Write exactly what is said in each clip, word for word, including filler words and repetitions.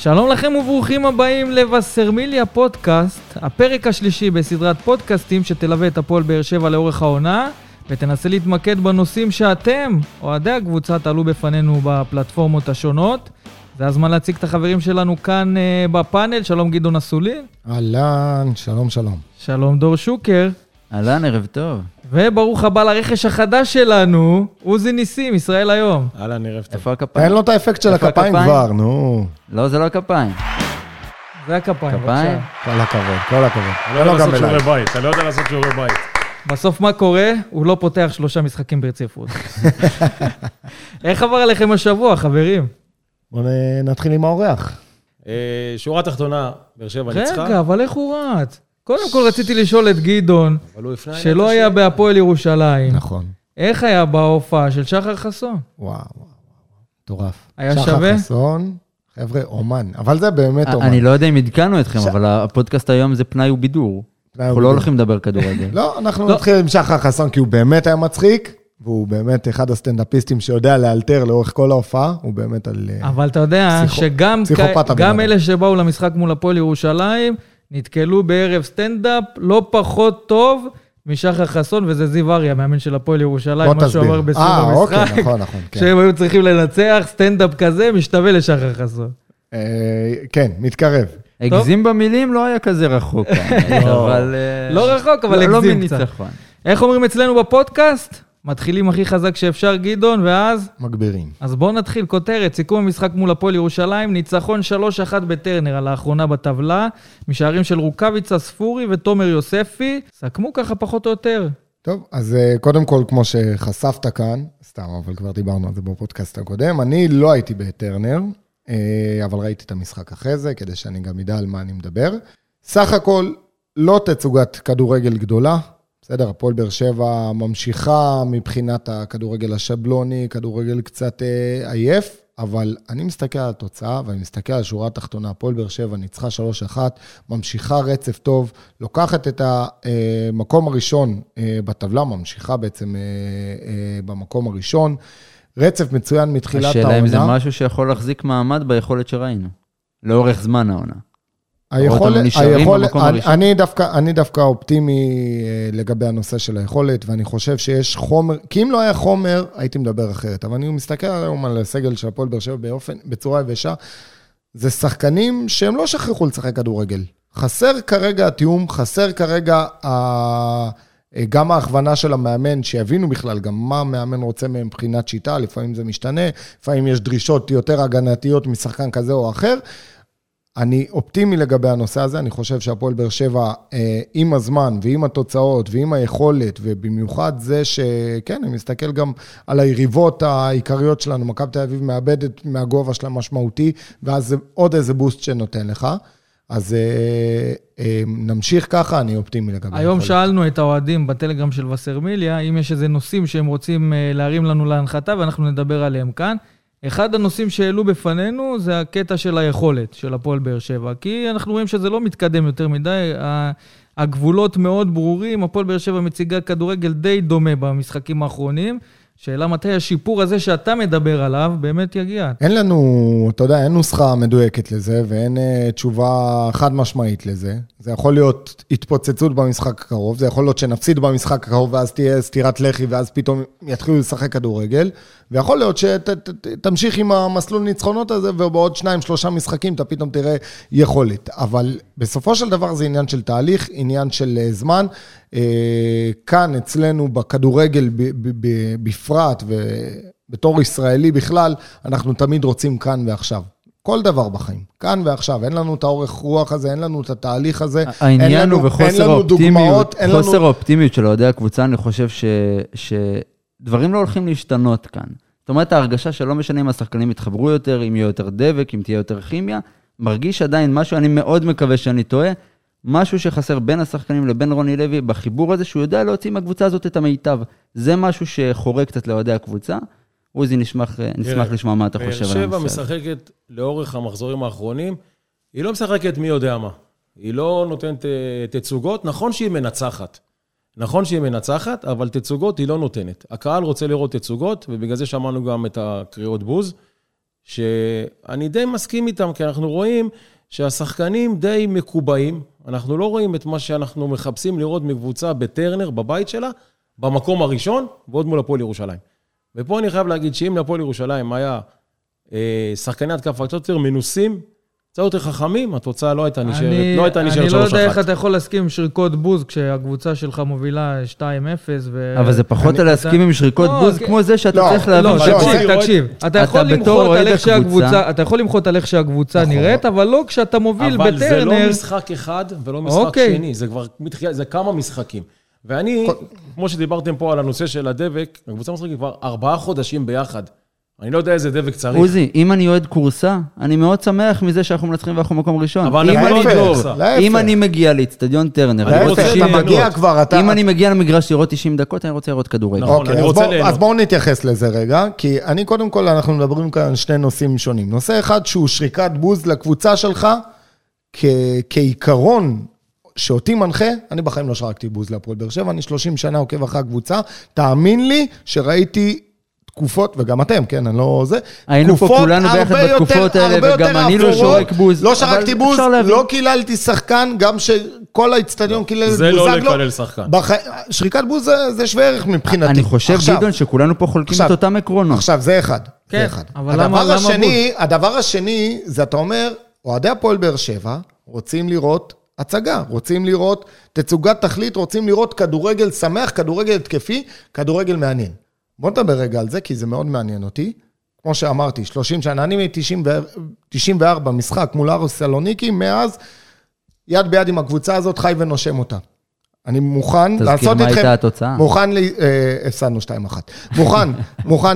שלום לכם וברוכים הבאים לבשרמיליה פודקאסט, הפרק השלישי בסדרת פודקאסטים שתלווה את הפועל באר שבע לאורך העונה, ותנסה להתמקד בנושאים שאתם, אוהדי הקבוצה, תעלו בפנינו בפלטפורמות השונות. זה הזמן להציג את החברים שלנו כאן uh, בפאנל. שלום גדעון אסולין. אהלן, שלום שלום. שלום דור שוקר. אהלן, ערב טוב. וברוך הבא לרכש החדש שלנו, עוזי ניסים, ישראל היום. אהלן, ערב טוב. איפה הכפיים? אין לו את האפקט של הכפיים כבר, נו. לא, זה לא הכפיים. זה הכפיים, כפיים? כל הכבוד, כל הכבוד. אני לא יודע לעשות שיעורי בית, אני לא יודע לעשות שיעורי בית. בסוף מה קורה? הוא לא פותח שלושה משחקים ברציפות. איך עבר עליכם השבוע, חברים? בואו נתחיל עם האורח. שורה תחתונה, באר שבע ניצחה. רגע, אבל איך הוא רץ? קודם כל רציתי לשאול את גדעון, שלא היה בהפועל ירושלים. נכון. איך היה בהופעה של שחר חסון? וואו, וואו, מטורף. היה שווה? שחר חסון, חבר'ה, אומן. אבל זה באמת אומן. אני לא יודע אם עדכנו אתכם, אבל הפודקאסט היום זה פנאי ובידור. אנחנו לא הולכים לדבר כדורגל. לא, אנחנו נתחיל עם שחר חסון, כי הוא באמת היה מצחיק, והוא באמת אחד הסטנדאפיסטים שיודע לאלתר לאורך כל ההופעה, הוא באמת על... אבל אתה יודע שגם אלה שבאו למשחק מול הפועל ירושלים, נתקלו בערב סטנדאפ לא פחות טוב משחר חסון, וזה זיו אריה, המאמן של הפועל ירושלים, מה שהוא אמר בסיום המשחק. אה, אוקיי, נכון, נכון. שהם היו צריכים לנצח, סטנדאפ כזה משתווה לשחר חסון. כן, מתקרב. הגזים במילים לא היה כזה רחוק. לא רחוק, אבל הגזים קצת. איך אומרים אצלנו בפודקאסט? מתחילים הכי חזק שאפשר גדעון, ואז... מגבירים. אז בואו נתחיל, כותרת, סיכום המשחק מול הפועל ירושלים, ניצחון שלוש אחת בטרנר על האחרונה בטבלה, משערים של רוקביצה ספורי ותומר יוספי, סכמו ככה פחות או יותר. טוב, אז קודם כל, כמו שחשפת כאן, סתם, אבל כבר דיברנו על זה בפודקאסט הקודם, אני לא הייתי בטרנר, אבל ראיתי את המשחק אחרי זה, כדי שאני גם ידע על מה אני מדבר. סך הכל, לא תצוגת כדורגל גדולה, בסדר, הפועל באר שבע ממשיכה מבחינת הכדורגל השבלוני, כדורגל קצת אה, עייף, אבל אני מסתכל על התוצאה, ואני מסתכל על שורה התחתונה, הפועל באר שבע ניצחה שלוש אחת, ממשיכה רצף טוב, לוקחת את המקום הראשון אה, בטבלה, ממשיכה בעצם אה, אה, במקום הראשון, רצף מצוין מתחילת העונה. השאלה אם זה משהו שיכול להחזיק מעמד ביכולת שראינו, לאורך זמן העונה. היכולת, היכולת, אני, אני דווקא, אני דווקא אופטימי לגבי הנושא של היכולת, ואני חושב שיש חומר, כי אם לא היה חומר, הייתי מדבר אחרת, אבל אני מסתכל היום על הסגל של הפועל באר שבע באופן, בצורה יבשה, זה שחקנים שהם לא שכחו לשחק כדורגל. חסר כרגע התיאום, חסר כרגע גם ההכוונה של המאמן, שיבינו בכלל גם מה המאמן רוצה מבחינת שיטה, לפעמים זה משתנה, לפעמים יש דרישות יותר הגנתיות משחקן כזה או אחר, אני אופטימי לגבי הנושא הזה, אני חושב שהפועל באר שבע אה, עם הזמן ועם התוצאות ועם היכולת, ובמיוחד זה שכן, אני מסתכל גם על היריבות העיקריות שלנו, מכבי תל אביב מאבדת מהגובה שלה משמעותי, ואז זה עוד איזה בוסט שנותן לך, אז אה, אה, נמשיך ככה, אני אופטימי לגבי היום היכולת. שאלנו את האוהדים בטלגרם של בשרמיליה, אם יש איזה נושאים שהם רוצים אה, להרים לנו להנחתה, ואנחנו נדבר עליהם כאן. אחד הנושאים שהעלו בפנינו זה הקטע של היכולת של הפועל באר שבע, כי אנחנו רואים שזה לא מתקדם יותר מדי, הגבולות מאוד ברורים, הפועל באר שבע מציגה כדורגל די דומה במשחקים האחרונים, שאלה מתי השיפור הזה שאתה מדבר עליו באמת יגיע. אין לנו, אתה יודע, אין נוסחה מדויקת לזה, ואין תשובה חד משמעית לזה. זה יכול להיות התפוצצות במשחק הקרוב, זה יכול להיות שנפסיד במשחק הקרוב, ואז תהיה סתירת לחי, ואז פתאום יתחילו לשחק כדורגל, ויכול להיות שתמשיך עם המסלול ניצחונות הזה, ובעוד שניים, שלושה משחקים, אתה פתאום תראה יכולת. אבל בסופו של דבר זה עניין של תהליך, עניין של זמן. כאן אצלנו בכדורגל בפרט, ובתור ישראלי בכלל, אנחנו תמיד רוצים כאן ועכשיו. כל דבר בחיים, כאן ועכשיו, אין לנו את האורך רוח הזה, אין לנו את התהליך הזה, העניין הוא בחוסר האופטימיות, חוסר האופטימיות של אוהדי הקבוצה, אני חושב שדברים לא הולכים להשתנות כאן. זאת אומרת, ההרגשה שלא משנה אם השחקנים יתחברו יותר, אם יהיה יותר דבק, אם תהיה יותר כימיה, מרגיש עדיין משהו, אני מאוד מקווה שאני טועה, משהו שחסר בין השחקנים לבין רוני לוי, בחיבור הזה שהוא יודע להוציא מהקבוצה הזאת את המיטב. זה משהו שחורק קצת לאוהדי הקבוצה, עוזי, נשמח, נשמח לשמוע מה אתה חושב על הנושא. באר שבע משחקת לאורך המחזורים האחרונים, היא לא משחקת מי יודע מה. היא לא נותנת תצוגות, נכון שהיא מנצחת. נכון שהיא מנצחת, אבל תצוגות היא לא נותנת. הקהל רוצה לראות תצוגות, ובגלל זה שמענו גם את הקריאות בוז. שאני די מסכים איתם, כי אנחנו רואים שהשחקנים די מקובעים, אנחנו לא רואים את מה שאנחנו מחפשים לראות מקבוצה בטרנר, בבית שלה, במקום הראשון, ועוד מול הפועל ירושלים. ופה אני חייב להגיד שאם לפועל ירושלים היה אה, שחקני התקפה קצת יותר מנוסים, קצת יותר חכמים, התוצאה לא הייתה נשארת, לא הייתה נשארת שלוש אחת. אני לא יודע איך אתה יכול להסכים עם שריקות בוז, כשהקבוצה שלך מובילה שתיים אפס, ו... אבל זה פחות על להסכים עם שריקות בוז, כמו זה שאתה צריך להבין... לא, תקשיב, תקשיב. אתה יכול למחות על איך שהקבוצה נראית, אבל לא כשאתה מוביל בטרנר... אבל זה לא משחק אחד ולא משחק שני, זה כבר, זה כמה משחקים. ואני, כמו שדיברתם פה על הנושא של הדבק, הקבוצה משחקת כבר ארבעה חודשים ביחד. אני לא יודע איזה דבק צריך. עוזי, אם אני אוהד קורסה, אני מאוד שמח מזה שאנחנו מנצחים ואנחנו מקום ראשון. אבל אנחנו לא קורסה. אם אני מגיע לאצטדיון טרנר, אם אני מגיע למגרש לראות תשעים דקות, אני רוצה לראות כדורגל. אז בואו נתייחס לזה רגע, כי אני קודם כל, אנחנו מדברים כאן על שני נושאים שונים. נושא אחד שהוא שריקת בוז לקבוצה שלך, כעיקרון שאותי מנחה, אני בחיים לא שרקתי בוז להפועל באר שבע, אני שלושים שנה עוקב אחרי הקבוצה, תאמין לי שראיתי תקופות, וגם אתם, כן, אני לא זה, היינו פה כולנו ביחד בתקופות האלה, וגם אני לא שורק בוז. לא שרקתי בוז, לא קיללתי שחקן, גם שכל האצטדיון קילל בוזגלו. זה לא לקלל שחקן. שריקת בוז זה שווה ערך מבחינתי. אני חושב, גדעון, שכולנו פה חולקים את אותם עקרונות. עכשיו, זה אחד. זה אחד. הדבר השני, זה אתה אומר, אוהדי הפועל באר שבע רוצים לראות הצגה, רוצים לראות תצוגת תכלית, רוצים לראות כדורגל שמח, כדורגל התקפי, כדורגל מעניין. בוא נדבר רגע על זה, כי זה מאוד מעניין אותי. כמו שאמרתי, שלושים שנה, אני מ-תשעים וארבע משחק מול ארוס סלוניקי, מאז יד ביד עם הקבוצה הזאת, חי ונושם אותה. אני מוכן לעשות איתכם... תזכיר מה הייתה התוצאה. מוכן, הפסדנו שתיים אחת. מוכן, מוכן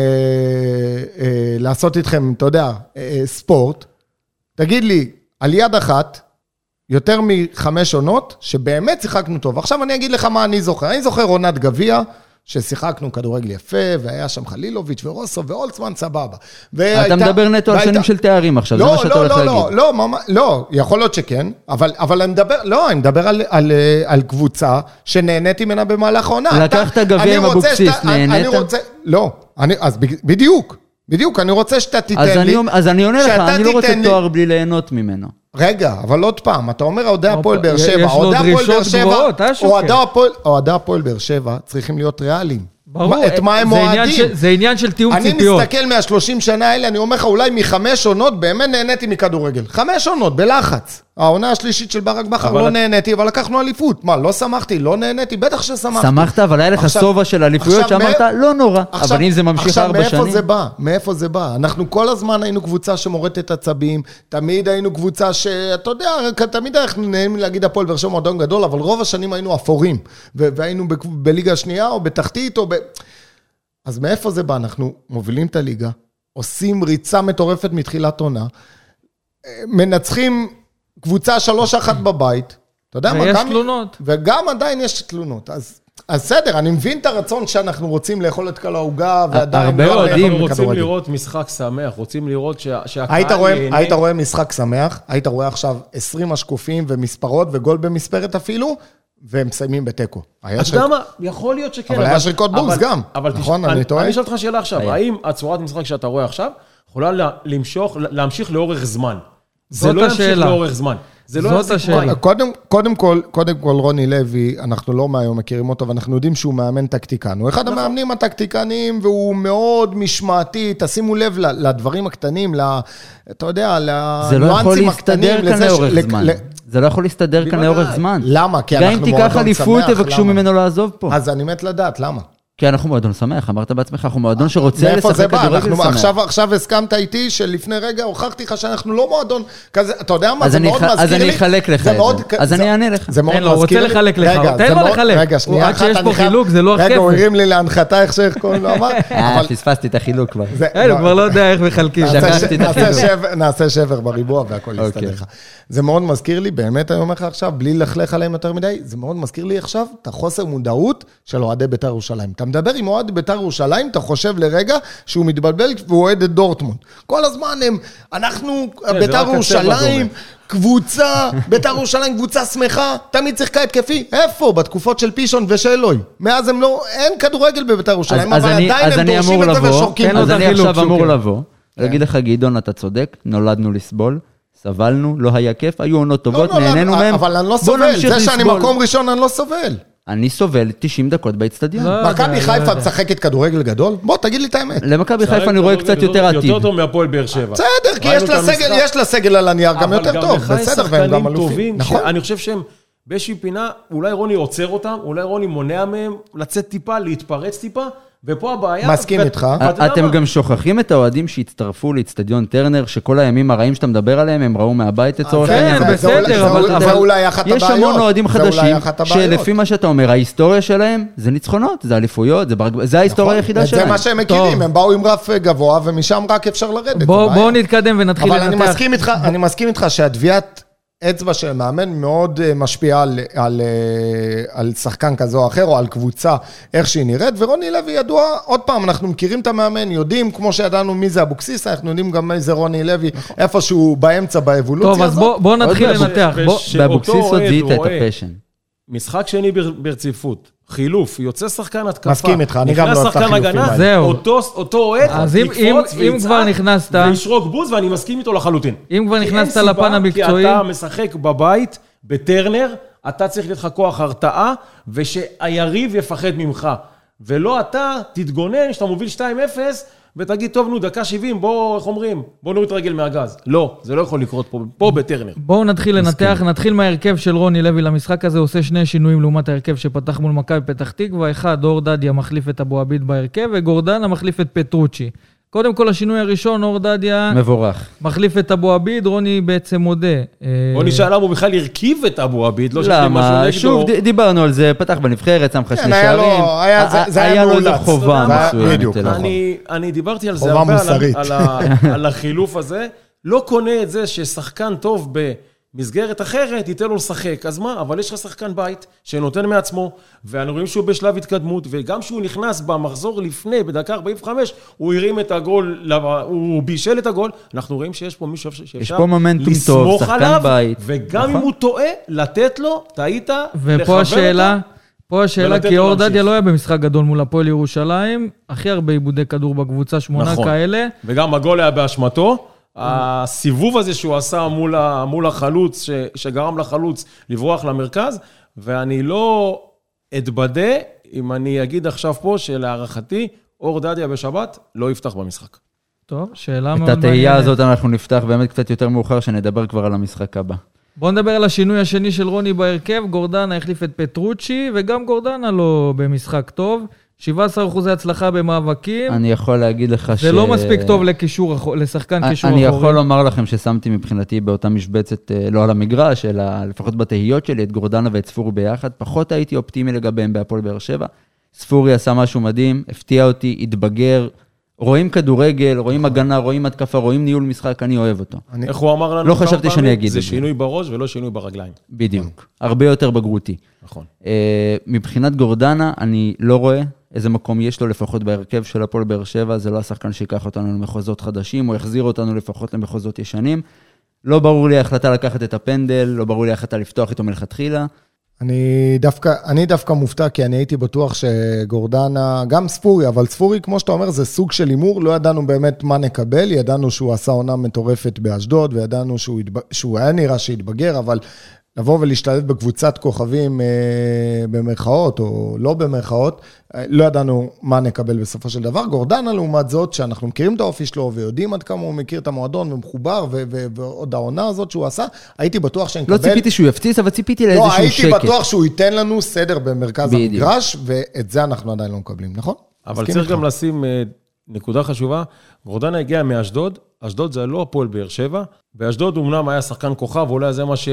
לעשות איתכם, אתה יודע, ספורט. תגיד לי, על יד אחת, יותר מחמש עונות, שבאמת שיחקנו טוב. עכשיו אני אגיד לך מה אני זוכר. אני זוכר עונת גביע, ששיחקנו כדורגל יפה, והיה שם חלילוביץ' ורוסו ואולצמן, סבבה. אתה מדבר נטו על שנים של תארים עכשיו, זה מה שאתה הולך להגיד. לא, לא, לא, לא, יכול להיות שכן, אבל אני מדבר, לא, אני מדבר על קבוצה שנהניתי ממנה במהלך העונה. לקחת גביע עם אבוקסיס, נהנית? לא, אז בדיוק, בדיוק, אני רוצה שאתה תיתן לי... אז אני עונה לך, אני לא רוצה תואר בלי ליהנות ממנו. רגע, אבל עוד פעם, אתה אומר, אוהדי הפועל באר שבע, אוהדי הפועל באר שבע, אוהדי הפועל באר שבע צריכים להיות ריאליים. ברור, את מה הם מועדים. זה עניין של תיאום ציפיות. אני מסתכל מה-שלושים שנה האלה, אני אומר לך, אולי מחמש עונות, באמת נהניתי מכדורגל. חמש עונות, בלחץ. העונה השלישית של ברק בכר לא נהניתי, אבל לקחנו אליפות. מה, לא שמחתי, לא נהניתי, בטח ששמחתי. שמחת, אבל היה לך סובה של אליפויות שאמרת, לא נורא. אבל אם זה ממשיך ארבע שנים... עכשיו, מאיפה זה בא? מאיפה זה בא? אנחנו כל הזמן היינו קבוצה שמורטת עצבים, תמיד היינו קבוצה שאתה יודע, תמיד אנחנו נהנים להגיד הפועל באר שבע מועדון גדול, אבל רוב השנים היינו אפורים, והיינו בליגה השנייה או בתחתית או ב... אז מאיפה זה בא? אנחנו מובילים את הליגה, עושים ריצה מטורפת מתחילת עונה, מנצחים קבוצה שלוש אחת בבית, אתה יודע מה? ויש תלונות. וגם עדיין יש תלונות, אז... אז בסדר, אני מבין את הרצון שאנחנו רוצים לאכול את כל ההוגה, ועדיין... הרבה אוהדים אנחנו רוצים לראות משחק שמח, רוצים לראות שהקהל... היית רואה משחק שמח, היית רואה עכשיו עשרים השקופים ומספרות וגול במספרת אפילו, והם מסיימים בטקו. אתה יודע מה? יכול להיות שכן. אבל היה שריקות בוז גם, נכון? אני טועה? אני אשאל אותך שאלה עכשיו, האם הצורת משחק שאתה רואה עכשיו, יכולה להמשיך לאורך זמן? זה לא ימשיך לאורך זמן. זאת השאלה. קודם, קודם כל, קודם כל רוני לוי, אנחנו לא מהיום מכירים אותו, ואנחנו יודעים שהוא מאמן טקטיקן. הוא אחד המאמנים הטקטיקנים, והוא מאוד משמעתי, תשימו לב לדברים הקטנים, אתה יודע, לנואנסים הקטנים. זה לא יכול להסתדר כאן לאורך זמן. זה לא יכול להסתדר כאן לאורך זמן. למה? גם אם תיקח אליפות, תבקשו ממנו לעזוב פה. אז אני מת לדעת, למה? כי אנחנו מועדון שמח, אמרת בעצמך, אנחנו מועדון שרוצה לשחק כדורגל שמח. עכשיו, עכשיו הסכמת איתי שלפני רגע הוכחתי לך שאנחנו לא מועדון כזה, אתה יודע מה, זה מאוד מזכיר לי. אז אני אחלק לך את זה. אז אני אענה לך. זה מאוד מזכיר לי. הוא רוצה לחלק לך, תן לו לחלק. רגע, שנייה אחת. עד שיש פה חילוק, זה לא הכיף. רגע, הוא הרים לי להנחתה איך שאיך קוראים לו אמר. אה, פספסתי את החילוק כבר. הוא כבר לא יודע איך מחלקים. נעשה שבר בריבוע והכל יסתדר לך. זה מאוד מזכיר לי, באמת אני אומר לך עכשיו, בלי לחלך עליהם יותר מדי, זה מאוד מזכיר לי עכשיו את החוסר מודעות של אוהדי בית"ר ירושלים. אתה מדבר עם אוהד בית"ר ירושלים, אתה חושב לרגע שהוא מתבלבל והוא אוהד את דורטמונד. כל הזמן הם, אנחנו, בית"ר ירושלים, קבוצה, בית"ר ירושלים, קבוצה שמחה, תמיד שיחקה התקפי. איפה? בתקופות של פישון ושלוי. מאז הם לא, אין כדורגל בבית"ר ירושלים, אבל עדיין הם דורשים את זה ושורקים. אז אני עכשיו אמור לבוא. להגיד לך, גדעון, אתה צודק, נולדנו לסבול, סבלנו, לא היה כיף, היו עונות טובות, נהנינו מהם. אבל אני לא סובל, זה שאני מקום ראשון, אני לא סובל. אני סובל תשעים דקות באצטדיון. מכבי חיפה משחקת כדורגל גדול? בוא, תגיד לי את האמת. למכבי חיפה אני רואה קצת יותר עתיד. יותר טוב מהפועל באר שבע. בסדר, כי יש לה סגל על הנייר גם יותר טוב. בסדר, והם גם אלופים. אני חושב שהם באיזושהי פינה, אולי רוני עוצר אותם, אולי רוני מונע מהם לצאת טיפה, להתפרץ טיפה, ופה הבעיה... מסכים איתך. אתם גם שוכחים את האוהדים שהצטרפו לאצטדיון טרנר, שכל הימים הרעים שאתה מדבר עליהם, הם ראו מהבית לצורך העניין. כן, בסדר, אבל אולי אחת הבעיות. יש המון אוהדים חדשים, שלפי מה שאתה אומר, ההיסטוריה שלהם זה ניצחונות, זה אליפויות, זה ההיסטוריה היחידה שלהם. זה מה שהם מכירים, הם באו עם רף גבוה, ומשם רק אפשר לרדת. בואו נתקדם ונתחיל לנתח. אבל אני מסכים איתך שהדביית אצבע של מאמן מאוד משפיעה על, על, על שחקן כזה או אחר, או על קבוצה, איך שהיא נראית, ורוני לוי ידוע, עוד פעם, אנחנו מכירים את המאמן, יודעים, כמו שידענו מי זה אבוקסיס, אנחנו יודעים גם מי זה רוני לוי, נכון. איפשהו באמצע באבולוציה הזאת. טוב, אז בוא, בוא נתחיל לנתח. באבוקסיס עוד זיהית את הפשן. משחק שני ברציפות, חילוף, יוצא שחקן התקפה. מסכים איתך, אני גם לא אוהב את החילופים האלה. זהו. אותו, אותו אוהד, יקפוץ ויצעק, וישרוק בוז, ואני מסכים איתו לחלוטין. אם כבר נכנסת לפן המקצועי... כי אתה משחק בבית, בטרנר, אתה צריך לתת לך כוח הרתעה, ושהיריב יפחד ממך. ולא אתה תתגונן, שאתה מוביל שתיים אפס, ותגיד, טוב, נו, דקה שבעים, בוא, איך אומרים? בוא נוריד רגל מהגז. לא, זה לא יכול לקרות פה, פה בטרנר. בואו נתחיל לנתח, נתחיל מההרכב של רוני לוי למשחק הזה, עושה שני שינויים לעומת ההרכב שפתח מול מכבי פתח תקווה, אחד, אור דדיה מחליף את אבו עביד בהרכב, וגורדנה מחליף את פטרוצ'י. קודם כל, השינוי הראשון, אור דדיה... מבורך. מחליף את אבו עביד, רוני בעצם מודה. רוני שאלה, הוא בכלל הרכיב את אבו עביד, לא שכם משהו נגדו. שוב, דיברנו על זה, פתח בנבחרת, שם לך שני שערים. זה היה לו איזו חובה מסוימת. אני דיברתי על זה הרבה, על החילוף הזה. לא קונה את זה ששחקן טוב במסגרת אחרת, ייתן לו לשחק. אז מה? אבל יש לך שחקן בית שנותן מעצמו, ואנו רואים שהוא בשלב התקדמות, וגם שהוא נכנס במחזור לפני, בדקה ארבעים וחמש, הוא הרים את הגול, הוא בישל את הגול. אנחנו רואים שיש פה מישהו שאפשר לסמוך עליו, וגם אם הוא טועה, לתת לו, טעית, ופה השאלה, פה השאלה, כי אור דדיה לא היה במשחק גדול מול הפועל ירושלים, הכי הרבה עיבודי כדור בקבוצה, שמונה כאלה. וגם הגול היה באשמתו. הסיבוב הזה שהוא עשה מול, מול החלוץ, ש, שגרם לחלוץ לברוח למרכז, ואני לא אתבדה אם אני אגיד עכשיו פה שלהערכתי, אור דדיה בשבת לא יפתח במשחק. טוב, שאלה מאוד מעניינת. את התהייה הזאת אנחנו נפתח באמת קצת יותר מאוחר, שנדבר כבר על המשחק הבא. בואו נדבר על השינוי השני של רוני בהרכב, גורדנה החליף את פטרוצ'י, וגם גורדנה לא במשחק טוב. שבעה עשר אחוז הצלחה במאבקים. אני יכול להגיד לך ש... זה לא מספיק טוב לקישור, לשחקן קישור אחורי. אני יכול לומר לכם ששמתי מבחינתי באותה משבצת, לא על המגרש, אלא לפחות בתהיות שלי, את גורדנה ואת ספורי ביחד. פחות הייתי אופטימי לגביהם בהפועל באר שבע. ספורי עשה משהו מדהים, הפתיע אותי, התבגר. רואים כדורגל, רואים הגנה, רואים התקפה, רואים ניהול משחק, אני אוהב אותו. איך הוא אמר לנו? לא חשבתי שאני אגיד את זה. זה שינוי בראש ולא שינוי ברגליים. בדיוק. הרבה יותר בגרותי. נכון. מבחינת גורדנה, אני לא רואה איזה מקום יש לו לפחות בהרכב של הפועל באר שבע, זה לא השחקן שיקח אותנו למחוזות חדשים, או יחזיר אותנו לפחות למחוזות ישנים. לא ברור לי ההחלטה לקחת את הפנדל, לא ברור לי ההחלטה לפתוח איתו מלכתחילה. אני דווקא, אני דווקא מופתע, כי אני הייתי בטוח שגורדנה, גם ספורי, אבל ספורי, כמו שאתה אומר, זה סוג של אימור, לא ידענו באמת מה נקבל, ידענו שהוא עשה עונה מטורפת באשדוד, וידענו שהוא, שהוא היה נראה שהתבגר, אבל לבוא ולהשתלט בקבוצת כוכבים אה, במרכאות, או לא במרכאות, אה, לא ידענו מה נקבל בסופו של דבר. גורדנה, לעומת זאת, שאנחנו מכירים את האופי שלו, ויודעים עד כמה הוא מכיר את המועדון, ומחובר, ו- ו- ועוד העונה הזאת שהוא עשה, הייתי בטוח שנקבל... לא ציפיתי שהוא יפציץ, אבל ציפיתי לאיזשהו שקט. שקט. לא, הייתי בטוח שהוא ייתן לנו סדר במרכז המגרש, ואת זה אנחנו עדיין לא מקבלים, נכון? אבל צריך גם לשים נקודה חשובה. גורדנה הגיע מאשדוד, אשדוד זה לא הפועל באר שבע, באשדוד אומנם היה שחקן כוכב, אולי זה מה ש...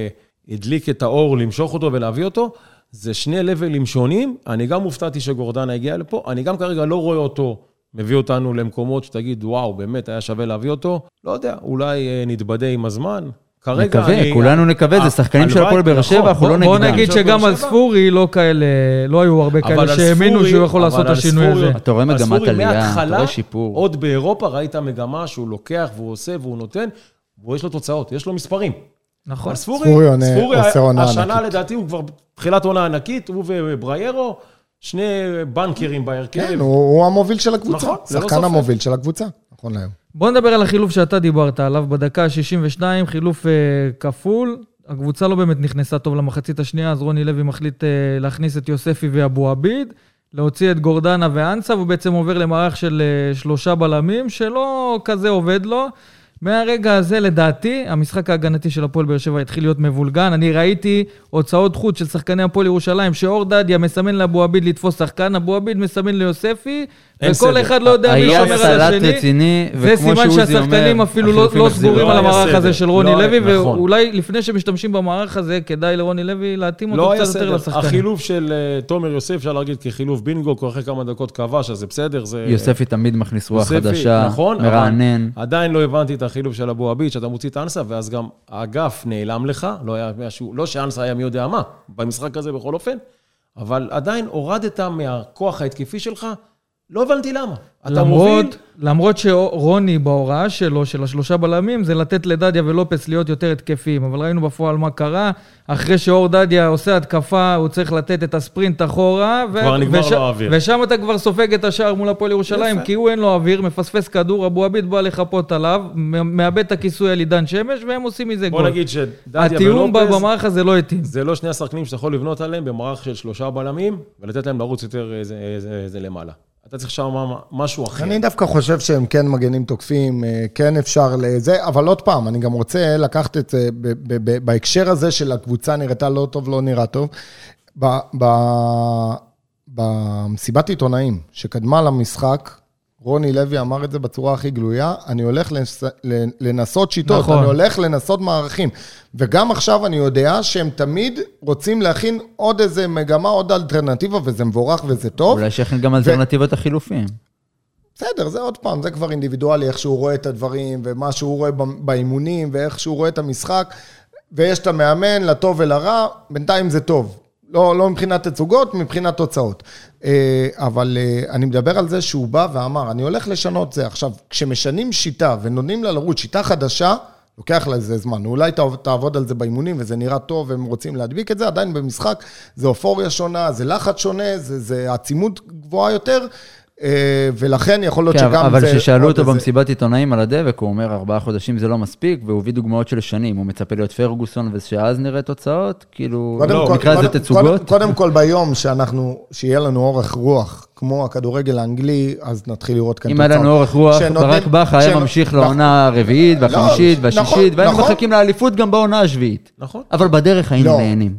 הדליק את האור, למשוך אותו ולהביא אותו, זה שני לבלים שונים, אני גם מופתעתי שגורדנה הגיע לפה, אני גם כרגע לא רואה אותו, מביא אותנו למקומות שתגיד, וואו, באמת היה שווה להביא אותו, לא יודע, אולי נתבדה עם הזמן, כרגע נקווה, אני... כולנו נקווה, זה שחקנים של הפועל באר שבע, אנחנו לא נגדם. בוא נגיד שגם על ספורי לא כאלה, לא היו הרבה כאלה שהאמינו שהוא יכול לעשות את השינוי הזה. אתה רואה מגמת עלייה, אתה רואה שיפור. עוד באירופה ראית מגמה שהוא לוקח והוא עושה והוא נותן, ויש לו תוצאות, יש לו מספרים. נכון. ספורי, ספורי, השנה לדעתי הוא כבר תחילת עונה ענקית, הוא ובריירו, שני בנקרים בהרכב. כן, הוא המוביל של הקבוצה. שחקן המוביל של הקבוצה, נכון להיום. בוא נדבר על החילוף שאתה דיברת עליו, בדקה ה-שישים ושתיים, חילוף uh, כפול, הקבוצה לא באמת נכנסה טוב למחצית השנייה, אז רוני לוי מחליט uh, להכניס את יוספי ואבו עביד, להוציא את גורדנה ואנסה, והוא בעצם עובר למערך של uh, שלושה בלמים, שלא כזה עובד לו. מהרגע הזה, לדעתי, המשחק ההגנתי של הפועל באר שבע התחיל להיות מבולגן. אני ראיתי הוצאות חוץ של שחקני הפועל ירושלים, שאור דדיה מסמן לאבו עביד לתפוס שחקן, אבו עביד מסמן ליוספי, וכל אחד לא יודע מי שומר על השני. זה סימן שהשחקנים אפילו לא סגורים על המערך הזה של רוני לוי, ואולי לפני שמשתמשים במערך הזה, כדאי לרוני לוי להתאים אותו קצת יותר לשחקנים. החילוף של תומר יוסף, אפשר להגיד כחילוף בינגו, כל אחרי כמה דקות כבש, אז זה בסדר. יוספי תמיד מכניס רוח חדשה, מרענן. עדיין לא הבנתי את החילוף של אבו עביד, שאתה מוציא את אנסה, ואז גם האגף נעלם לך, לא היה משהו, לא שאנסה היה מי יודע מה, במשחק הזה בכל אופן, אבל עדיין הורדת מהכוח ההתקפי שלך, לא הבנתי למה. למרות, למרות שרוני בהוראה שלו, של השלושה בלמים, זה לתת לדדיה ולופס להיות יותר התקפיים, אבל ראינו בפועל מה קרה, אחרי שאור דדיה עושה התקפה, הוא צריך לתת את הספרינט אחורה, כבר נגמר וש... לו האוויר. ושם אתה כבר סופג את השער מול הפועל ירושלים, כי הוא אין לו אוויר, מפספס כדור, אבו עביד בא לחפות עליו, מאבד את הכיסוי על עידן שמש, והם עושים מזה גול. בוא נגיד שדדיה התיאום במערך הזה לא התאים. זה לא שני השחקנים שאתה יכול לבנות עליהם במערך של שלושה בלמים, ולתת להם לרוץ יותר זה, זה, זה למעלה. אתה צריך שם משהו אחר. אני דווקא חושב שהם כן מגנים תוקפים, כן אפשר לזה, אבל עוד פעם, אני גם רוצה לקחת את זה בהקשר הזה של הקבוצה נראתה לא טוב, לא נראה טוב. במסיבת עיתונאים שקדמה למשחק, רוני לוי אמר את זה בצורה הכי גלויה, אני הולך לנסות שיטות, נכון. אני הולך לנסות מערכים, וגם עכשיו אני יודע שהם תמיד רוצים להכין עוד איזה מגמה, עוד אלטרנטיבה, וזה מבורך וזה טוב. אולי שיכין גם אלטרנטיבות ו... החילופים. בסדר, זה עוד פעם, זה כבר אינדיבידואלי, איך שהוא רואה את הדברים, ומה שהוא רואה באימונים, ואיך שהוא רואה את המשחק, ויש את המאמן, לטוב ולרע, בינתיים זה טוב. לא, לא מבחינת תצוגות, מבחינת תוצאות. אבל אני מדבר על זה שהוא בא ואמר, אני הולך לשנות זה. עכשיו, כשמשנים שיטה ונותנים לה לרוץ שיטה חדשה, לוקח לה איזה זמן. אולי תעבוד על זה באימונים וזה נראה טוב והם רוצים להדביק את זה, עדיין במשחק זה אופוריה שונה, זה לחץ שונה, זה, זה עצימות גבוהה יותר, ולכן יכול להיות שגם אבל ששאלו אותו במסיבת עיתונאים על הדבק, הוא אומר, ארבעה חודשים זה לא מספיק, והוא הביא דוגמאות של שנים, הוא מצפה להיות פרגוסון, ושאז נראה תוצאות, כאילו, נקרא זה תצוגות. קודם כל ביום שאנחנו, שיהיה לנו אורך רוח, כמו הכדורגל האנגלי, אז נתחיל לראות כאן תוצאות. אם היה לנו אורך רוח, ברק בכר היה ממשיך לעונה הרביעית, והחמישית, והשישית, והיינו מחכים לאליפות גם בעונה השביעית. אבל בדרך היינו נהנים.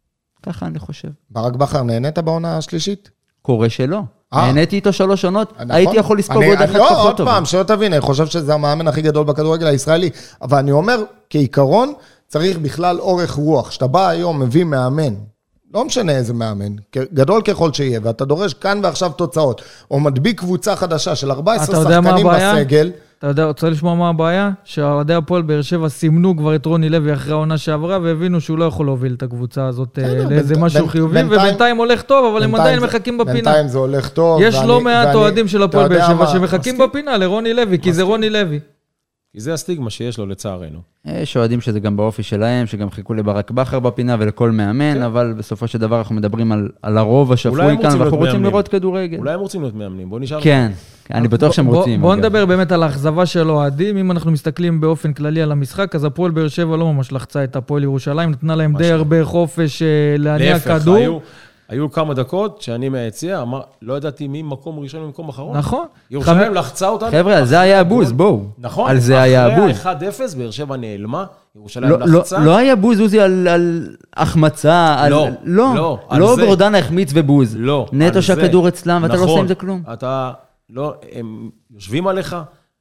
ככה אני חושב. ברק בכר נהנית בעונה השלישית? קורה שלא. נהניתי איתו שלוש עונות, הייתי יכול לספוג עוד אחת פחות טוב. לא, עוד פעם, שלא תבין, אני חושב שזה המאמן הכי גדול בכדורגל הישראלי, אבל אני אומר, כעיקרון, צריך בכלל אורך רוח. שאתה בא היום, מביא מאמן, לא משנה איזה מאמן, גדול ככל שיהיה, ואתה דורש כאן ועכשיו תוצאות, או מדביק קבוצה חדשה של ארבעה עשר שחקנים בסגל, אתה יודע, רוצה לשמוע מה הבעיה? שהאוהדי הפועל באר שבע סימנו כבר את רוני לוי אחרי העונה שעברה, והבינו שהוא לא יכול להוביל את הקבוצה הזאת לאיזה משהו חיובי, ובינתיים הולך טוב, אבל הם עדיין מחכים בפינה. בינתיים זה הולך טוב. יש לא מעט אוהדים של הפועל באר שבע שמחכים בפינה לרוני לוי, כי זה רוני לוי. כי זה הסטיגמה שיש לו לצערנו. יש אוהדים שזה גם באופי שלהם, שגם חיכו לברק בכר בפינה ולכל מאמן, אבל בסופו של דבר אנחנו מדברים על הרוב השפוי כאן, ואנחנו רוצים לראות כדורגל. אולי הם רוצים להיות מאמנים, בוא נשאר. כן, אני בטוח שהם רוצים. בוא נדבר באמת על האכזבה של אוהדים, אם אנחנו מסתכלים באופן כללי על המשחק, אז הפועל באר שבע לא ממש לחצה את הפועל ירושלים, נתנה להם די הרבה חופש להניע כדור. היו כמה דקות שאני מהיציע, לא ידעתי מי מקום ראשון ומקום אחרון. נכון. ירושלים לחצה אותנו. חבר'ה, על זה היה הבוז, בואו. נכון. על זה היה הבוז. אחרי ה-אחד אפס, באר שבע נעלמה, ירושלים לחצה. לא היה בוז, עוזי, על החמצה. לא. לא. לא גורדנה החמיץ ובוז. לא. נטו שהכדור אצלם, ואתה לא עושה עם זה כלום. אתה, לא, הם יושבים עליך,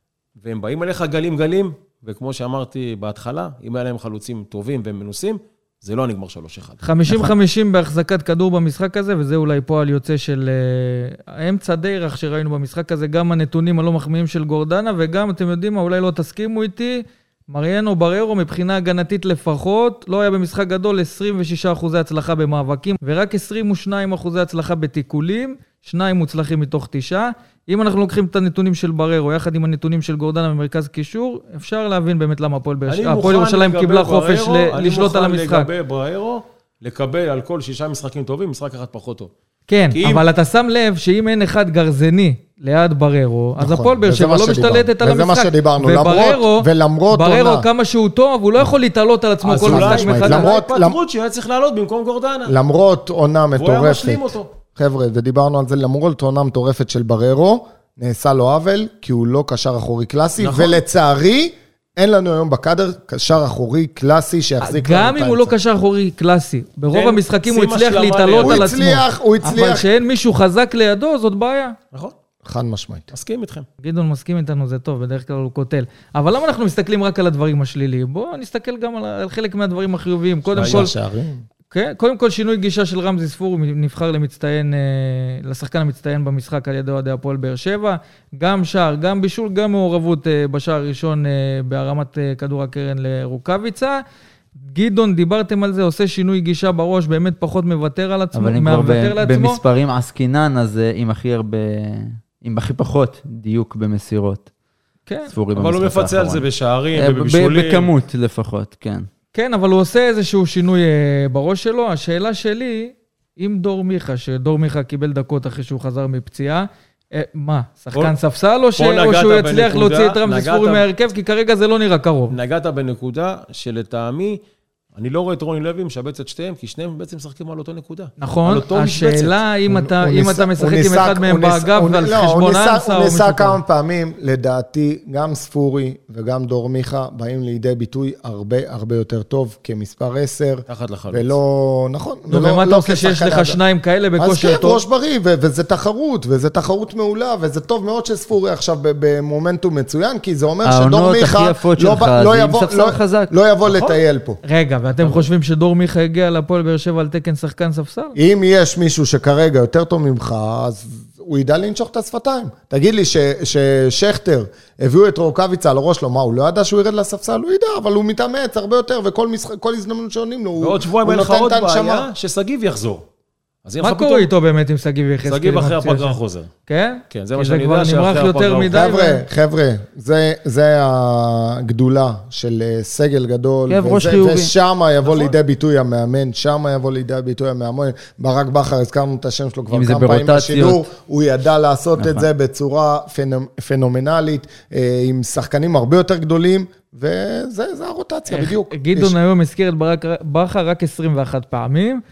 והם באים עליך גלים גלים, וכמו שאמרתי בהתחלה, אם היה להם חלוצים טובים והם מנוסים, זה לא נגמר שלוש אחד. חמישים חמישים בהחזקת כדור במשחק הזה, וזה אולי פועל יוצא של האמצע דרך שראינו במשחק הזה, גם הנתונים הלא מחמיאים של גורדנה, וגם, אתם יודעים מה, אולי לא תסכימו איתי, מריאנו בררו מבחינה הגנתית לפחות, לא היה במשחק גדול עשרים ושישה אחוזי הצלחה במאבקים, ורק עשרים ושניים אחוזי הצלחה בתיקולים, שניים מוצלחים מתוך תשעה. אם אנחנו לוקחים את הנתונים של בררו, יחד עם הנתונים של גורדנה במרכז קישור, אפשר להבין באמת למה הפועל ירושלים קיבלה חופש לשלוט על המשחק. אני מוכן לגבי בררו, לקבל על כל שישה משחקים טובים, משחק אחד פחות טוב. כן, אבל אתה שם לב שאם אין אחד גרזני ליד בררו, אז הפועל באר שבע לא משתלטת על המשחק. וזה מה שדיברנו, ולמרות... בררו, כמה שהוא טוב, הוא לא יכול להתעלות על עצמו כל משחק מחדש. למרות... פטרוץ' שהיה צריך לעלות במקום גורדנה. למרות עונה מטורפת. חבר'ה, ודיברנו על זה, למרות עונה מטורפת של בררו, נעשה לו עוול, כי הוא לא קשר אחורי קלאסי, ולצערי... אין לנו היום בקדר קשר אחורי קלאסי שיחזיק... גם אם הוא לא קשר אחורי קלאסי, ברוב המשחקים הוא הצליח להתעלות על עצמו. הוא הצליח, הוא הצליח. אבל שאין מישהו חזק לידו, זאת בעיה. נכון. חד משמעית. מסכים איתכם. גדעון מסכים איתנו, זה טוב, בדרך כלל הוא קוטל. אבל למה אנחנו מסתכלים רק על הדברים השליליים? בואו נסתכל גם על חלק מהדברים החיוביים. קודם כל... כן, קודם כל שינוי גישה של רמזי ספור, הוא נבחר למצטיין, לשחקן המצטיין במשחק על ידי אוהדי הפועל באר שבע, גם שער, גם בישול, גם מעורבות בשער הראשון בהרמת כדור הקרן לרוקאביצה. גדעון, דיברתם על זה, עושה שינוי גישה בראש, באמת פחות מוותר על עצמו, אבל אם כבר במספרים עסקינן, אז עם הכי הרבה, עם הכי פחות דיוק במסירות. כן. אבל הוא מפצה על זה בשערים ובבישולים. בכמות לפחות, כן. כן, אבל הוא עושה איזשהו שינוי בראש שלו. השאלה שלי, אם דור מיכה, שדור מיכה קיבל דקות אחרי שהוא חזר מפציעה, מה, שחקן ספסל או שהוא יצליח להוציא את רמזי ספורי מהרכב? כי כרגע זה לא נראה קרוב. נגעת בנקודה שלטעמי, אני לא רואה את רוני לוי משבץ את שתיהם, כי שניהם בעצם משחקים על אותו נקודה. נכון, השאלה אם אתה משחק עם אחד מהם באגף ועל חשבון אנסה. הוא ניסה כמה פעמים, לדעתי, גם ספורי וגם דור מיכה באים לידי ביטוי הרבה הרבה יותר טוב כמספר עשר. תחת לחלוץ. ולא, נכון. ומה אתה עושה שיש לך שניים כאלה בכושר טוב? אז כן, ראש בריא, וזה תחרות, וזה תחרות מעולה, וזה טוב מאוד שספורי עכשיו במומנטום מצוין, כי זה אומר שדור מיכה לא יבוא לטייל פה. רגע, ואתם חושבים שדור מיכה הגיע לפועל באר שבע על תקן שחקן ספסל? אם יש מישהו שכרגע יותר טוב ממך, אז הוא ידע לנשוך את השפתיים. תגיד לי ששכטר הביאו את רוקאביצה על הראש לו, מה, הוא לא ידע שהוא ירד לספסל? הוא ידע, אבל הוא מתאמץ הרבה יותר, וכל הזדמנות שעונים לו, ועוד שבועיים אין לך עוד בעיה שסגיב יחזור. מה קורה איתו באמת עם סגיב יחזקאל? סגיב אחרי הפגרה חוזר. כן? כן, זה מה שאני יודע שאחרי הפגרה. חבר'ה, חבר'ה, זה הגדולה של סגל גדול, ושם יבוא לידי ביטוי המאמן, שם יבוא לידי ביטוי המאמן. ברק בכר, הזכרנו את השם שלו כבר כמה פעמים בשידור, הוא ידע לעשות את זה בצורה פנומנלית, עם שחקנים הרבה יותר גדולים, וזה הרוטציה בדיוק. גדעון היום הזכיר את ברק בכר רק עשרים ואחת פעמים,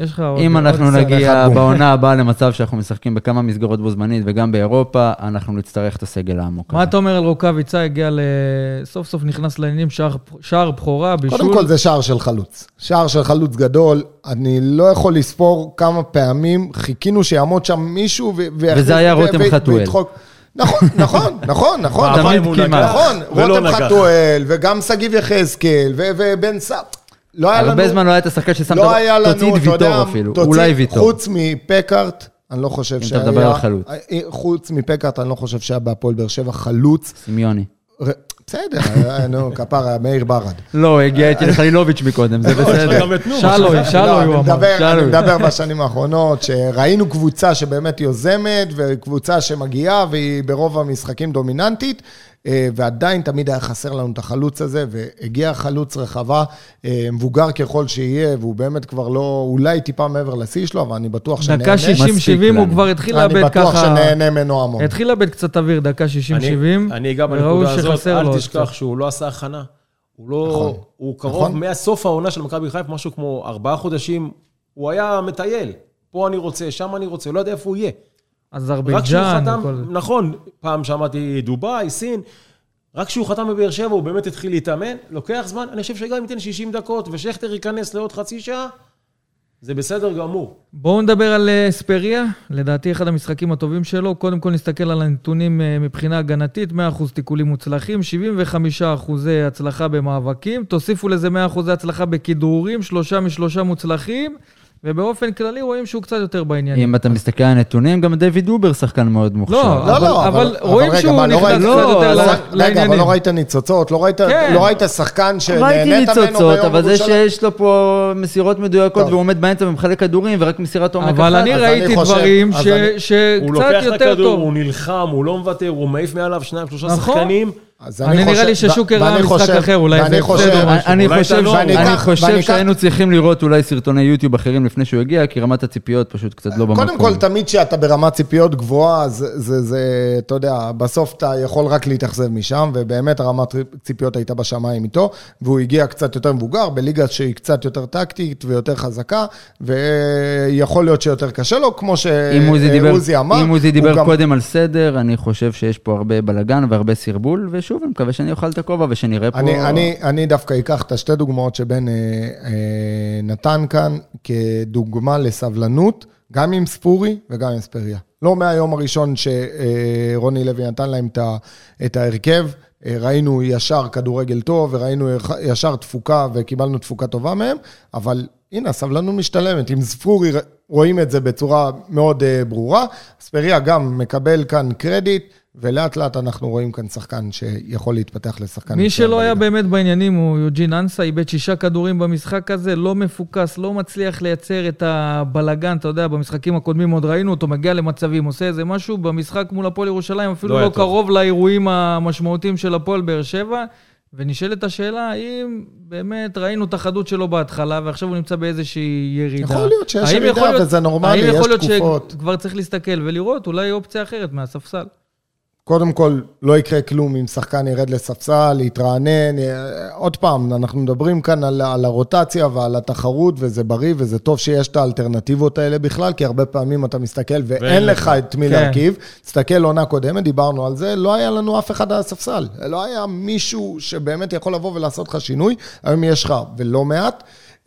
אם אנחנו נגיע בעונה הבאה למצב שאנחנו משחקים בכמה מסגרות בו זמנית וגם באירופה, אנחנו נצטרך את הסגל העמוק. מה אתה אומר על רוקאביצה? הגיע לסוף סוף נכנס לעניינים שער בחורה, בישול. קודם כל זה שער של חלוץ. שער של חלוץ גדול. אני לא יכול לספור כמה פעמים חיכינו שיעמוד שם מישהו וזה היה רותם חתואל. נכון, נכון, נכון, נכון. נכון, רותם חתואל וגם סגיב יחזקאל ובן סף. הרבה זמן לא היה את השחקן ששמת, תוציא את ויטור אפילו, אולי ויטור. חוץ מפקארט, אני לא חושב שהיה... אם אתה מדבר על חלוץ. חוץ מפקארט, אני לא חושב שהיה בהפועל באר שבע חלוץ. סמיוני. בסדר, נו, כפרה, מאיר ברד. לא, הגיע איתי לחלילוביץ' מקודם, זה בסדר. שלוי, שלוי הוא אמר. אני מדבר בשנים האחרונות, שראינו קבוצה שבאמת יוזמת, וקבוצה שמגיעה, והיא ברוב המשחקים דומיננטית, ועדיין תמיד היה חסר לנו את החלוץ הזה, והגיע חלוץ רחבה, מבוגר ככל שיהיה, והוא באמת כבר לא, אולי טיפה מעבר לשיא שלו, אבל אני בטוח שנהנה. דקה שישים שבעים הוא כבר התחיל לאבד ככה. אני בטוח שנהנה ממנו המון. התחיל לאבד קצת אוויר, דקה שישים שבעים. אני אגע בנקודה הזאת, אל תשכח שהוא לא עשה הכנה. הוא לא, הוא קרוב מהסוף העונה של מכבי חיפה, משהו כמו ארבעה חודשים, הוא היה מטייל. פה אני רוצה, שם אני רוצה, לא יודע איפה הוא יהיה. אזרבייג'אן. נכון, פעם שמעתי דובאי, סין, רק כשהוא חתם בבאר שבע, הוא באמת התחיל להתאמן, לוקח זמן, אני חושב שגם ייתן שישים דקות, ושכטר ייכנס לעוד חצי שעה, זה בסדר גמור. בואו נדבר על ספריה, לדעתי אחד המשחקים הטובים שלו, קודם כל נסתכל על הנתונים מבחינה הגנתית, מאה אחוז תיקולים מוצלחים, שבעים וחמישה אחוז הצלחה במאבקים, תוסיפו לזה מאה אחוז הצלחה בכדרורים, שלושה משלושה מוצלחים, ובאופן כללי רואים שהוא קצת יותר בעניינים. אם אתה מסתכל על הנתונים, גם דיוויד דובר שחקן מאוד מוכשר. לא, לא, אבל רואים שהוא נכנס קצת יותר לעניינים. רגע, אבל לא ראית ניצוצות, לא ראית שחקן שנהנית ממנו ראיתי ניצוצות, אבל זה שיש לו פה מסירות מדויקות, והוא עומד באמצע ומחלק כדורים, ורק מסירת עומק אחת. אבל אני ראיתי דברים שקצת יותר טוב. הוא לוקח את הכדור, הוא נלחם, הוא לא מוותר, הוא מעיף מעליו שניים, שלושה שחקנים. אני נראה לי ששוקר ראה משחק אחר, אולי זה בסדר. אני חושב שהיינו צריכים לראות אולי סרטוני יוטיוב אחרים לפני שהוא הגיע, כי רמת הציפיות פשוט קצת לא במקום. קודם כל, תמיד שאתה ברמת ציפיות גבוהה, זה, אתה יודע, בסוף אתה יכול רק להתאכזב משם, ובאמת הרמת ציפיות הייתה בשמיים איתו, והוא הגיע קצת יותר מבוגר, בליגה שהיא קצת יותר טקטית ויותר חזקה, ויכול להיות שיותר קשה לו, כמו שעוזי אמר. אם עוזי דיבר קודם על סדר, אני חושב שיש פה הרבה בלגן והרבה סרבול, ושוב, אני מקווה שאני אוכל את הכובע ושנראה פה... אני, אני, אני דווקא אקח את השתי דוגמאות שבן אה, אה, נתן כאן, כדוגמה לסבלנות, גם עם ספורי וגם עם ספריה. לא מהיום הראשון שרוני לוי נתן להם את ההרכב, ראינו ישר כדורגל טוב, וראינו ישר תפוקה, וקיבלנו תפוקה טובה מהם, אבל הנה, הסבלנות משתלמת. עם ספורי רואים את זה בצורה מאוד ברורה. ספריה גם מקבל כאן קרדיט, ולאט לאט אנחנו רואים כאן שחקן שיכול להתפתח לשחקן. מי שלא היה באמת בעניינים הוא יוג'ין אנסה, איבד שישה כדורים במשחק הזה, לא מפוקס, לא מצליח לייצר את הבלגן, אתה יודע, במשחקים הקודמים עוד ראינו אותו, מגיע למצבים, עושה איזה משהו, במשחק מול הפועל ירושלים, אפילו לא, לא קרוב לאירועים המשמעותיים של הפועל באר שבע, ונשאלת השאלה, האם באמת ראינו את החדות שלו בהתחלה, ועכשיו הוא נמצא באיזושהי ירידה. יכול להיות שיש ירידה, וזה נורמלי, יש תקופות. האם יכול להיות שכבר צריך להסתכל ולראות, אולי אופציה אחרת מהספסל. קודם כל, לא יקרה כלום אם שחקן ירד לספסל, להתרענן. עוד פעם, אנחנו מדברים כאן על, על הרוטציה ועל התחרות, וזה בריא, וזה טוב שיש את האלטרנטיבות האלה בכלל, כי הרבה פעמים אתה מסתכל ואין לך את מי להרכיב. תסתכל עונה קודמת, דיברנו על זה, לא היה לנו אף אחד על הספסל. לא היה מישהו שבאמת יכול לבוא ולעשות לך שינוי, היום יש לך ולא מעט.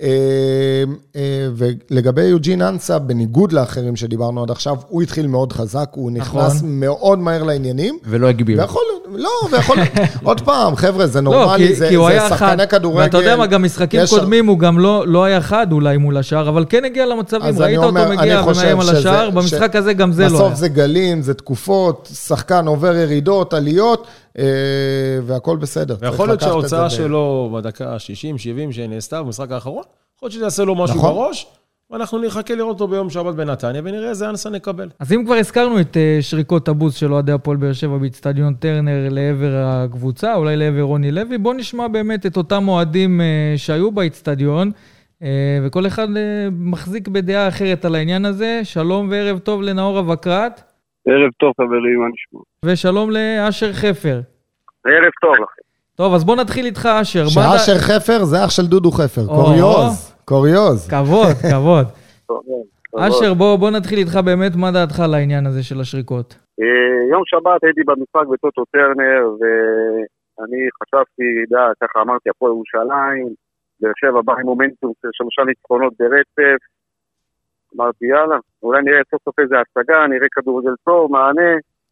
ולגבי יוג'ין אנסה, בניגוד לאחרים שדיברנו עד עכשיו, הוא התחיל מאוד חזק, הוא נכנס מאוד מהר לעניינים. ולא הגביר. לא, ויכול, עוד פעם, חבר'ה, זה נורמלי, זה שחקני כדורגל. ואתה יודע מה, גם משחקים קודמים הוא גם לא היה חד אולי מול השאר, אבל כן הגיע למצבים, ראית אותו מגיע ומאיים על השאר, במשחק הזה גם זה לא היה. בסוף זה גלים, זה תקופות, שחקן עובר ירידות, עליות, והכל בסדר. ויכול להיות שההוצאה שלו בדקה שישים שבעים שנעשתה במשחק האחרון, יכול להיות שזה יעשה לו משהו בראש, ואנחנו נחכה לראות אותו ביום שבת בנתניה, ונראה איזה אנסה נקבל. אז אם כבר הזכרנו את שריקות הבוז של אוהדי הפועל באר שבע באצטדיון טרנר לעבר הקבוצה, אולי לעבר רוני לוי, בוא נשמע באמת את אותם אוהדים שהיו באצטדיון, וכל אחד מחזיק בדעה אחרת על העניין הזה. שלום וערב טוב לנאור אבקרט. ערב טוב חברים, מה נשמע? ושלום לאשר חפר. ערב טוב לכם. טוב, אז בוא נתחיל איתך, אשר. שאשר חפר זה אח של דודו חפר, קוריוז, קוריוז. כבוד, כבוד. אשר, בוא נתחיל איתך באמת, מה דעתך על העניין הזה של השריקות? יום שבת הייתי במשחק בטוטו טרנר, ואני חשבתי, ככה אמרתי, הפועל ירושלים, באר שבע בא עם מומנטום של שלושה ניצחונות ברצף, אמרתי, יאללה, אולי נראה סוף סוף איזה השגה, נראה כדורגל טוב, מענה.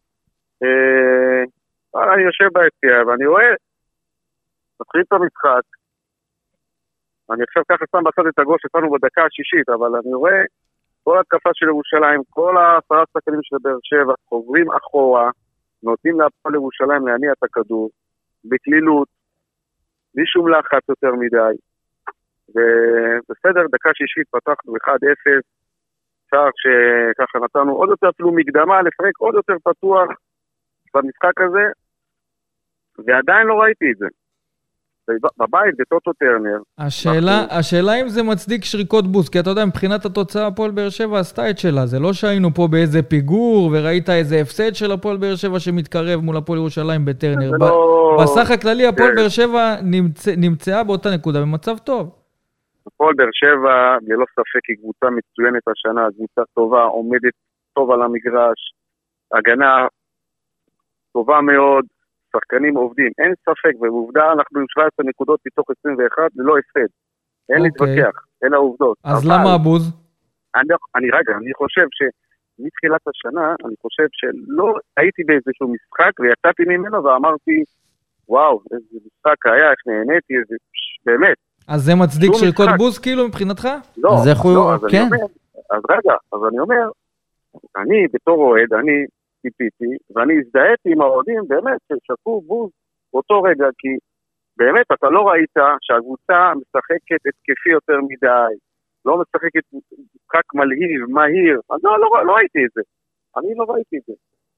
אני יושב ביציאה, ואני רואה, מתחיל את המשחק, אני עכשיו ככה שם בצד את הגול שפנו בדקה השישית, אבל אני רואה כל התקפה של ירושלים, כל העשרה שחקנים של באר שבע, חוברים אחורה, נותנים להפועל ירושלים להניע את הכדור, בקלילות, בלי שום לחץ יותר מדי. ובסדר, דקה שישית פתחנו אחד אפס, שער שככה נתנו עוד יותר אפילו מקדמה, לפרק עוד יותר פתוח במשחק הזה, ועדיין לא ראיתי את זה. בבית, בטוטו טרנר. השאלה, אנחנו... השאלה אם זה מצדיק שריקות בוז, כי אתה יודע, מבחינת התוצאה, הפועל באר שבע עשתה את שלה. זה לא שהיינו פה באיזה פיגור, וראית איזה הפסד של הפועל באר שבע שמתקרב מול הפועל ירושלים בטרנר. ב... לא... בסך הכללי, הפועל באר שבע נמצא, נמצאה באותה נקודה, במצב טוב. הפועל באר שבע, ללא ספק, היא קבוצה מצוינת השנה, קבוצה טובה, עומדת טוב על המגרש, הגנה טובה מאוד, שחקנים עובדים, אין ספק, ובעובדה אנחנו עם שבע עשרה נקודות מתוך עשרים ואחת, ללא הפסד. אין okay. להתווכח, אין העובדות. אז אבל... למה הבוז? אני, אני רגע, אני חושב שמתחילת השנה, אני חושב שלא הייתי באיזשהו משחק, ויצאתי ממנו ואמרתי, וואו, איזה משחק היה, איך נהניתי, איזה, באמת. אז זה מצדיק שריקות בוז כאילו מבחינתך? לא, אז איך הוא... לא, אז כן. אני אומר, אז רגע, אז אני אומר, אני בתור אוהד, אני... ציפיתי, ואני הזדהיתי עם האוהדים, באמת, ששקו בוז באותו רגע, כי באמת אתה לא ראית שהקבוצה משחקת התקפי יותר מדי, לא משחקת משחק מלהיב, מהיר, אני לא, לא, לא ראיתי את זה. אני לא ראיתי את זה.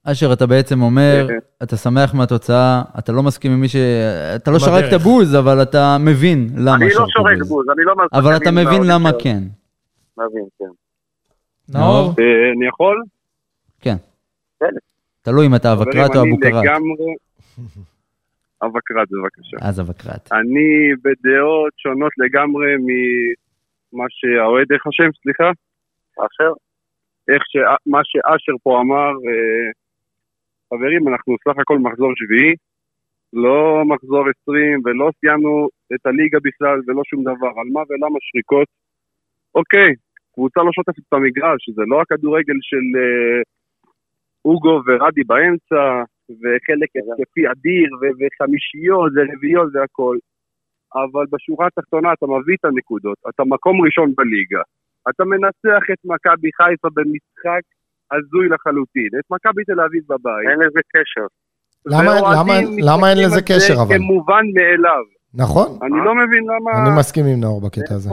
אשר, אתה בעצם אומר, אתה שמח מהתוצאה, אתה לא מסכים עם מי ש... אתה לא שורק את הבוז, אבל אתה מבין למה אני לא שורק בוז, אני לא מסכים. אבל אתה מבין למה כן. מבין, כן. נאור? אני יכול? כן. תלוי אם אתה אבקרט או אבוקרט. אני לגמרי... אבקרט, בבקשה. אז אבקרט. אני בדעות שונות לגמרי ממה שהאוהד, איך השם, סליחה? אשר? איך ש... מה שאשר פה אמר, חברים, אנחנו סך הכל מחזור שביעי, לא מחזור עשרים, ולא סיימנו את הליגה בכלל, ולא שום דבר. על מה ולמה שריקות? אוקיי, קבוצה לא שוטפת את המגרש, זה לא הכדורגל של אוגו ורדי באמצע, וחלק התקפי אדיר, וחמישיות ורביעיות והכל. אבל בשורה התחתונה אתה מביא את הנקודות, אתה מקום ראשון בליגה. אתה מנצח את מכבי חיפה במשחק הזוי לחלוטין, את מכבי תל אביב בבית. אין לזה קשר. למה, למה, למה אין לזה קשר אבל? כמובן מאליו. נכון. אני לא מבין למה... אני מסכים עם נאור בקטע הזה.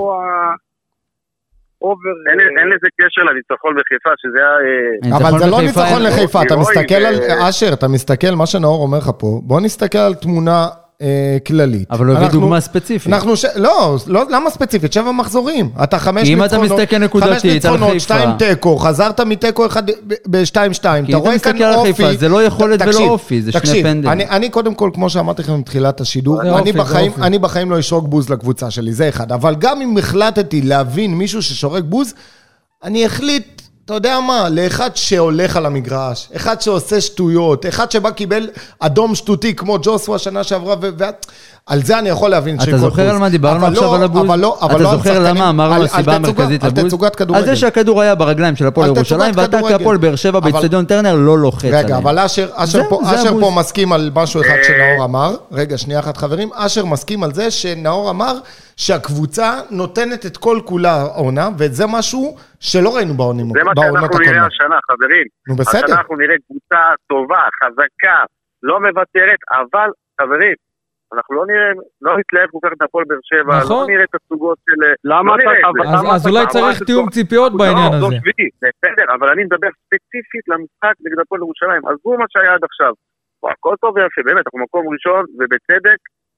אין לזה קשר לניצחון בחיפה, שזה היה... אבל זה לא ניצחון לחיפה, אתה מסתכל על... אשר, אתה מסתכל, מה שנאור אומר לך פה, בוא נסתכל על תמונה... כללית. אבל לא בדוגמה ספציפית. לא, למה ספציפית? שבע מחזורים. אתה חמש ניצחונות, אם אתה מסתכל נקודתית על חיפה. שתיים טקו, חזרת מטקו אחד ב-שתיים שתיים. כי אם אתה מסתכל על חיפה, זה לא יכולת ולא אופי, זה שני פנדלים. אני קודם כל, כמו שאמרתי לכם מתחילת השידור, אני בחיים לא אשרוק בוז לקבוצה שלי, זה אחד. אבל גם אם החלטתי להבין מישהו ששורק בוז, אני החליט, אתה יודע מה, לאחד שהולך על המגרש, אחד שעושה שטויות, אחד שבא קיבל אדום שטותי כמו ג'וסווה שנה שעברה, ועל זה אני יכול להבין אתה זוכר על מה דיברנו עכשיו על הבוז? אתה זוכר למה אמרנו הסיבה המרכזית לבוז? על זה שהכדור היה ברגליים של הפועל ירושלים, ואתה כהפועל באר שבע באצטדיון טרנר לא לוחץ עליהם. רגע, אבל אשר פה מסכים על משהו אחד שנאור אמר, רגע, שנייה אחת חברים, אשר מסכים על זה שנאור אמר שהקבוצה נותנת את כל כולה העונה, וזה משהו שלא ראינו בעונות הקודמות. זה מה שאנחנו נראה השנה, חברים. נו בסדר. השנה אנחנו נראה קבוצה טובה, חזקה, לא מוותרת, אבל חברים, אנחנו לא נראה, לא נתלהב כל כך את הפועל באר שבע, לא נראה את הסוגות של... למה אתה... אז אולי צריך תיאום ציפיות בעניין הזה. בסדר, אבל אני מדבר ספציפית למשחק נגד הפועל ירושלים. עזבו מה שהיה עד עכשיו. הכל טוב ויפה, באמת, אנחנו מקום ראשון ובצדק,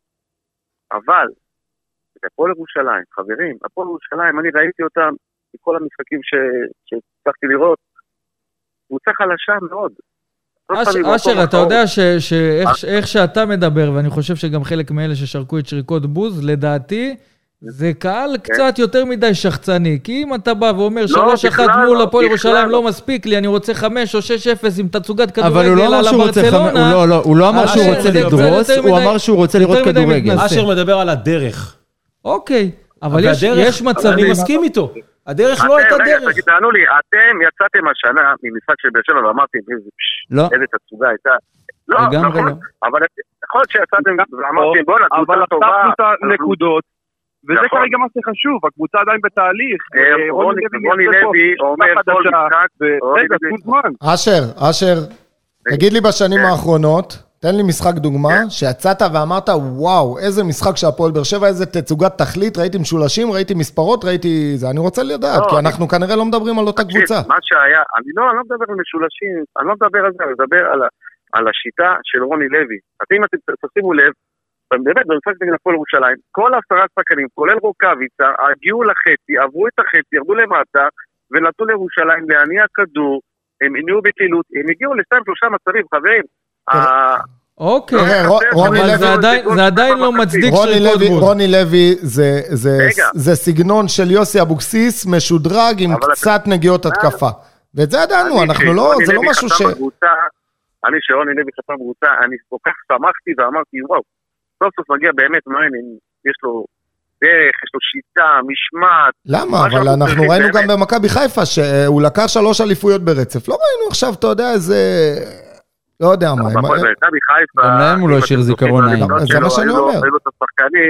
אבל את הפועל ירושלים, חברים, הפועל ירושלים, אני ראיתי אותם בכל המשחקים שצריכתי לראות, קבוצה חלשה מאוד. אשר, אתה יודע שאיך שאתה מדבר, ואני חושב שגם חלק מאלה ששרקו את שריקות בוז, לדעתי, זה קהל קצת יותר מדי שחצני, כי אם אתה בא ואומר שלוש אחת מול הפועל ירושלים לא מספיק לי, אני רוצה חמש או שש אפס עם תצוגת כדורגל על הברצלונה. הוא לא אמר שהוא רוצה לדרוס, הוא אמר שהוא רוצה לראות כדורגל. אשר מדבר על הדרך. אוקיי, אבל יש מצבים... אני מסכים איתו. הדרך לא הייתה דרך. רגע, תענו לי, אתם יצאתם השנה ממשחק של באר שבע ואמרתם איזה תצוגה הייתה. לא, נכון, אבל יכול להיות שיצאתם ואמרתם בוא נקבוצה טובה. אבל הפתחנו את הנקודות, וזה כרגע מה שחשוב, הקבוצה עדיין בתהליך. רוני לוי אומר כל משחק, רגע, תנו זמן. אשר, אשר, תגיד לי בשנים האחרונות, תן לי משחק דוגמה, שיצאת ואמרת, וואו, איזה משחק שהפועל באר שבע, איזה תצוגת תכלית, ראיתי משולשים, ראיתי מספרות, ראיתי זה. אני רוצה לדעת, כי אנחנו כנראה לא מדברים על אותה קבוצה. מה שהיה, אני לא מדבר על משולשים, אני לא מדבר על זה, אני מדבר על השיטה של רוני לוי. אם אתם תשימו לב, באמת, במשחק נגד הפועל ירושלים, כל עשרה שחקנים, כולל רוקאביצה, הגיעו לחצי, עברו את החצי, ירדו למטה, ונתנו לירושלים להניע כדור, הם הניעו בקלילות, הם הגיעו לסיים שלושה מצבים, חברים. אוקיי, אבל זה עדיין לא מצדיק שריקות בוז. רוני לוי זה סגנון של יוסי אבוקסיס משודרג עם קצת נגיעות התקפה. ואת זה ידענו, אנחנו לא, זה לא משהו ש... אני שרוני לוי חתם בקבוצה, אני כל כך שמחתי ואמרתי, וואו, סוף סוף מגיע באמת מעניין, יש לו דרך, יש לו שיטה, משמעת. למה? אבל אנחנו ראינו גם במכבי חיפה, שהוא לקח שלוש אליפויות ברצף. לא ראינו עכשיו, אתה יודע, איזה... לא יודע מה. במכבי חיפה... גם להם הוא לא השאיר זיכרון נעים. זה מה שאני אומר. היו לו את השחקנים,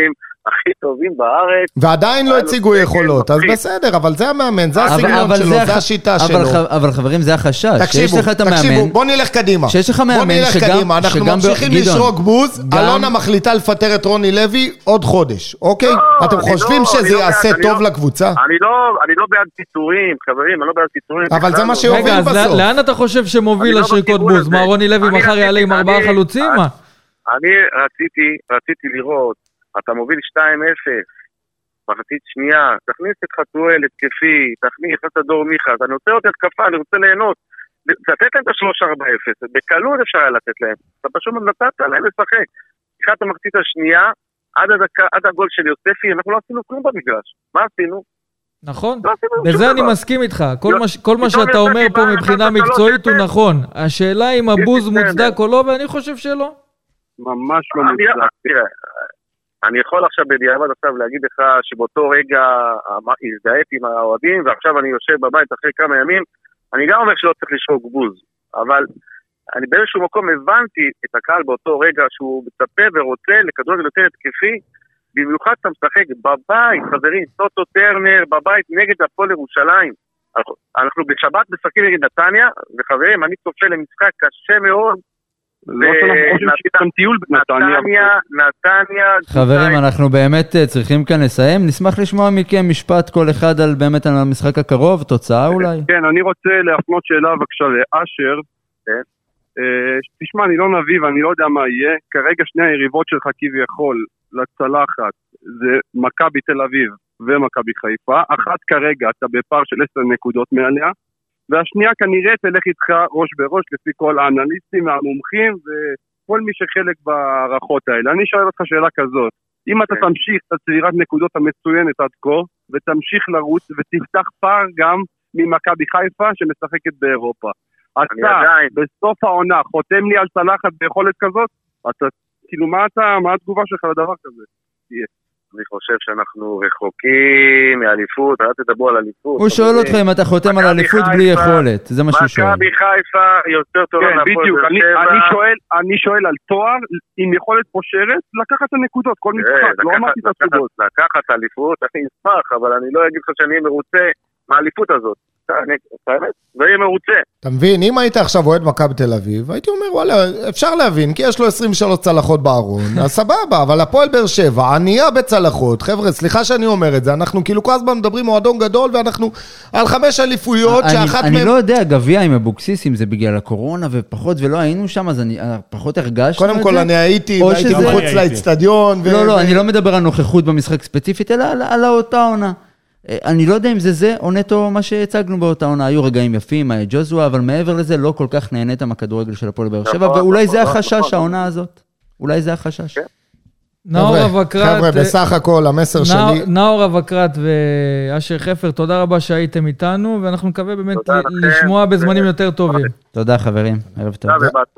הכי טובים בארץ. ועדיין לא הציגו יכולות, אז בסדר, אבל זה המאמן, זה הסגנון שלו, זה השיטה שלו. אבל חברים, זה החשש. תקשיבו, תקשיבו, בוא נלך קדימה. שיש לך מאמן שגם... אנחנו ממשיכים לשרוק בוז, אלונה מחליטה לפטר את רוני לוי עוד חודש, אוקיי? אתם חושבים שזה יעשה טוב לקבוצה? אני לא בעד פיטורים, חברים, אני לא בעד פיטורים. אבל זה מה שיוביל בסוף. רגע, לאן אתה חושב שמוביל לשריקות בוז? מה, רוני לוי מחר יעלה עם ארבעה חלוצים? אני רציתי, רציתי לראות, אתה מוביל שתיים אפס, מחצית שנייה, תכניס את חתואל, התקפי, תכניס את הדור מיכה, אני רוצה עוד התקפה, אני רוצה ליהנות, לתת להם את ה-שלוש ארבע אפס, בקלות אפשר היה לתת להם, אתה פשוט נתת להם לשחק, לקראת המחצית השנייה, עד, הדקה, עד הגול של יוספי, אנחנו לא עשינו כלום במגרש, מה עשינו? נכון, בזה אני מסכים איתך, כל מה שאתה אומר פה מבחינה מקצועית הוא נכון, השאלה אם הבוז מוצדק או לא, ואני חושב שלא. ממש לא מוצדק. תראה, אני יכול עכשיו בדיעבד עכשיו להגיד לך שבאותו רגע הזדהיתי עם האוהדים, ועכשיו אני יושב בבית אחרי כמה ימים, אני גם אומר שלא צריך לשרוק בוז, אבל אני באיזשהו מקום הבנתי את הקהל באותו רגע שהוא מצפה ורוצה לכדורגל יותר התקפי, במיוחד אתה משחק בבית, חברים, טוטו טרנר, בבית נגד הפועל ירושלים. אנחנו בשבת משחקים נגד נתניה, וחברים, אני צופה למשחק קשה מאוד, לא שאנחנו חושבים שכאן טיול בנתניה. נתניה. חברים, אנחנו באמת צריכים כאן לסיים. נשמח לשמוע מכם משפט כל אחד על באמת על המשחק הקרוב, תוצאה אולי. כן, אני רוצה להפנות שאלה בבקשה לאשר. תשמע, אני לא נביא ואני לא יודע מה יהיה. כרגע שני היריבות שלך כביכול לצלחת זה מכבי תל אביב ומכבי חיפה. אחת כרגע אתה בפער של עשר נקודות מעליה. והשנייה כנראה תלך איתך ראש בראש לפי כל האנליסטים והמומחים וכל מי שחלק בערכות האלה. אני שואל אותך שאלה כזאת, אם אתה תמשיך את הצבירת נקודות המצוינת עד כה, ותמשיך לרוץ ותפתח פער גם ממכבי חיפה שמשחקת באירופה. אתה בסוף העונה חותם לי על צלחת ביכולת כזאת, אתה, כאילו מה אתה, מה התגובה שלך לדבר כזה? תהיה. אני חושב שאנחנו רחוקים מאליפות, אל תדברו על אליפות. הוא שואל אותך אם אתה חותם על אליפות בלי יכולת, זה מה שהוא שואל. מכבי חיפה יותר טובה מהפועל באר שבע. אני שואל על תואר עם יכולת פושרת, לקחת את הנקודות, כל משחק, לא אמרתי את הסוגות. לקחת אליפות, אני אשמח, אבל אני לא אגיד לך שאני מרוצה מהאליפות הזאת. ויהיה מרוצה. אתה מבין, אם היית עכשיו אוהד מכבי תל אביב, הייתי אומר, וואלה, אפשר להבין, כי יש לו עשרים ושלוש צלחות בארון, אז סבבה, אבל הפועל באר שבע, ענייה בצלחות, חבר'ה, סליחה שאני אומר את זה, אנחנו כאילו כל הזמן מדברים מועדון גדול, ואנחנו על חמש אליפויות, שאחת מהם... אני לא יודע, גביע עם אבוקסיס, אם זה בגלל הקורונה ופחות, ולא היינו שם, אז אני פחות הרגשנו את זה. קודם כל, אני הייתי, והייתי מחוץ לאצטדיון. לא, לא, אני לא מדבר על נוכחות במשחק ספציפית, אלא על אותה עונה. אני לא יודע אם זה זה או נטו מה שהצגנו באותה עונה, היו רגעים יפים, ג'וזווה, אבל מעבר לזה לא כל כך נהנית מהכדורגל של הפועל באר שבע, ואולי זה החשש, העונה הזאת. אולי זה החשש. נאור אבקרט, חבר'ה, בסך הכל, המסר שלי... נאור אבקרט ואשר חפר, תודה רבה שהייתם איתנו, ואנחנו מקווה באמת לשמוע בזמנים יותר טובים. תודה חברים, ערב טוב.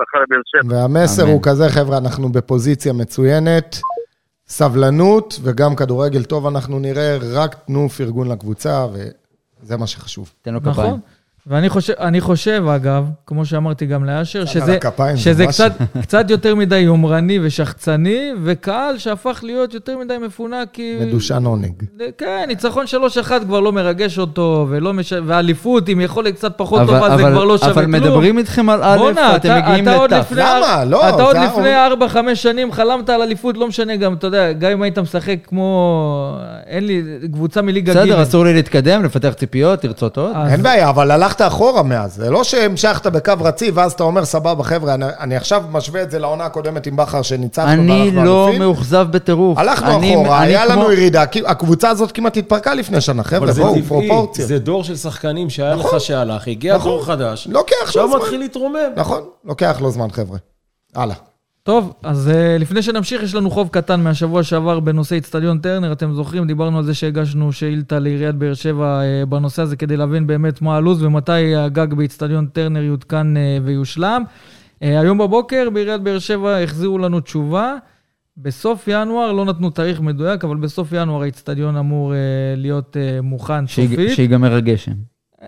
והמסר הוא כזה, חבר'ה, אנחנו בפוזיציה מצוינת, סבלנות וגם כדורגל טוב אנחנו נראה, רק תנו פרגון לקבוצה וזה מה שחשוב. תן לו כפיים. ואני חושב, אני חושב אגב, כמו שאמרתי גם לאשר, שזה, שזה קצת, קצת יותר מדי יומרני ושחצני, וקהל שהפך להיות יותר מדי מפונק, כי... מדושן עונג. כן, ניצחון שלוש אחת כבר לא מרגש אותו, ולא מש... ואליפות, אם יכולת קצת פחות אבל, טובה, אבל, זה כבר לא שווה אבל כלום. אבל מדברים איתכם על א', בונה, אתם אתה, מגיעים אתה לטף. למה? לא. אתה עוד לפני ארבע חמש שנים חלמת על אליפות, לא משנה גם, אתה יודע, גם אם היית משחק כמו... אין לי קבוצה מליגה ג'. בסדר, אסור לי להתקדם, לפתח ציפיות, תרצות עוד. אין בעיה, אבל הלכת אחורה מאז. זה לא שהמשכת בקו רציף, ואז אתה אומר, סבבה, חבר'ה, אני, אני עכשיו משווה את זה לעונה הקודמת עם בחר שניצחנו. אני לא מאוכזב בטירוף. הלכנו אני, אחורה, אני היה כמו... לנו ירידה, הקבוצה הזאת כמעט התפרקה לפני שנה, חבר'ה, בואו, פרופורציה. זה דור של שחקנים שהיה נכון, לך שהלך, הגיע נכון, דור חדש, לוקח עכשיו מתחיל להתרומם. נכון, לוקח לו זמן, חבר'ה. הלאה. טוב, אז uh, לפני שנמשיך, יש לנו חוב קטן מהשבוע שעבר בנושא אצטדיון טרנר. אתם זוכרים, דיברנו על זה שהגשנו שאילתה לעיריית באר שבע uh, בנושא הזה, כדי להבין באמת מה הלו"ז ומתי הגג באצטדיון טרנר יותקן uh, ויושלם. Uh, היום בבוקר בעיריית באר שבע החזירו לנו תשובה. בסוף ינואר, לא נתנו תאריך מדויק, אבל בסוף ינואר האצטדיון אמור uh, להיות uh, מוכן סופית. שיגמר הגשם.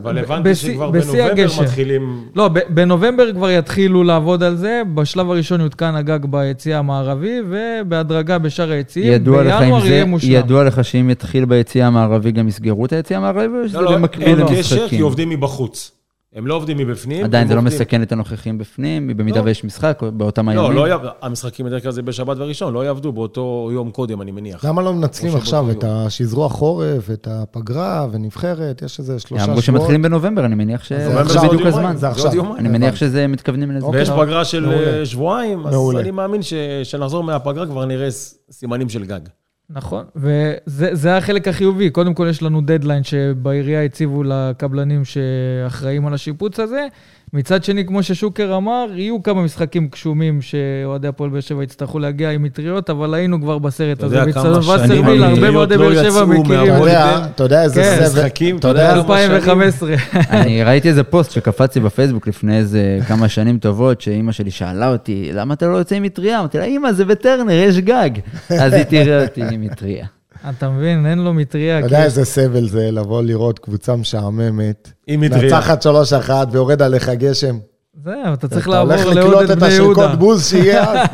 אבל הבנתי שכבר בנובמבר מתחילים... לא, בנובמבר כבר יתחילו לעבוד על זה, בשלב הראשון יותקן הגג ביציע המערבי, ובהדרגה בשאר היציעים, בינואר יהיה מושלם. ידוע לך שאם יתחיל ביציע המערבי, גם יסגרו את היציע המערבי, או שזה במקביל למשחקים? אין קשר, כי עובדים מבחוץ. הם לא עובדים מבפנים. עדיין זה לא מסכן את הנוכחים בפנים, במידה ויש משחק באותם הימים. לא, המשחקים בדרך כלל זה בשבת וראשון, לא יעבדו באותו יום קודם, אני מניח. למה לא מנצלים עכשיו את השזרוע חורף, את הפגרה ונבחרת? יש איזה שלושה שבועות. אמרו שמתחילים בנובמבר, אני מניח שזה בדיוק הזמן. אני מניח שזה מתכוונים לזה. ויש פגרה של שבועיים, אז אני מאמין שנחזור מהפגרה כבר נראה סימנים של גג. נכון, וזה החלק החיובי. קודם כל יש לנו דדליין שבעירייה הציבו לקבלנים שאחראים על השיפוץ הזה. מצד שני, כמו ששוקר אמר, יהיו כמה משחקים קשומים שאוהדי הפועל באר שבע יצטרכו להגיע עם מטריות, אבל היינו כבר בסרט הזה. מצד וסרמיל, הרבה מאוד באר שבע מכירים. אתה יודע איזה משחקים, אתה יודע אלפיים וחמש עשרה. אני ראיתי איזה פוסט שקפצתי בפייסבוק לפני איזה כמה שנים טובות, שאמא שלי שאלה אותי, למה אתה לא יוצא עם מטריה? אמרתי לה, אמא, זה בטרנר, יש גג. אז היא תראה אותי עם מטריה. אתה מבין, אין לו מטריה. אתה יודע איזה סבל זה לבוא לראות קבוצה משעממת, עם מטריה. נצחת שלוש אחת ויורד עליך גשם. זהו, אתה צריך לעבור לעוד את בני יהודה. אתה הולך לקלוט את השריקות בוז שיהיה אז.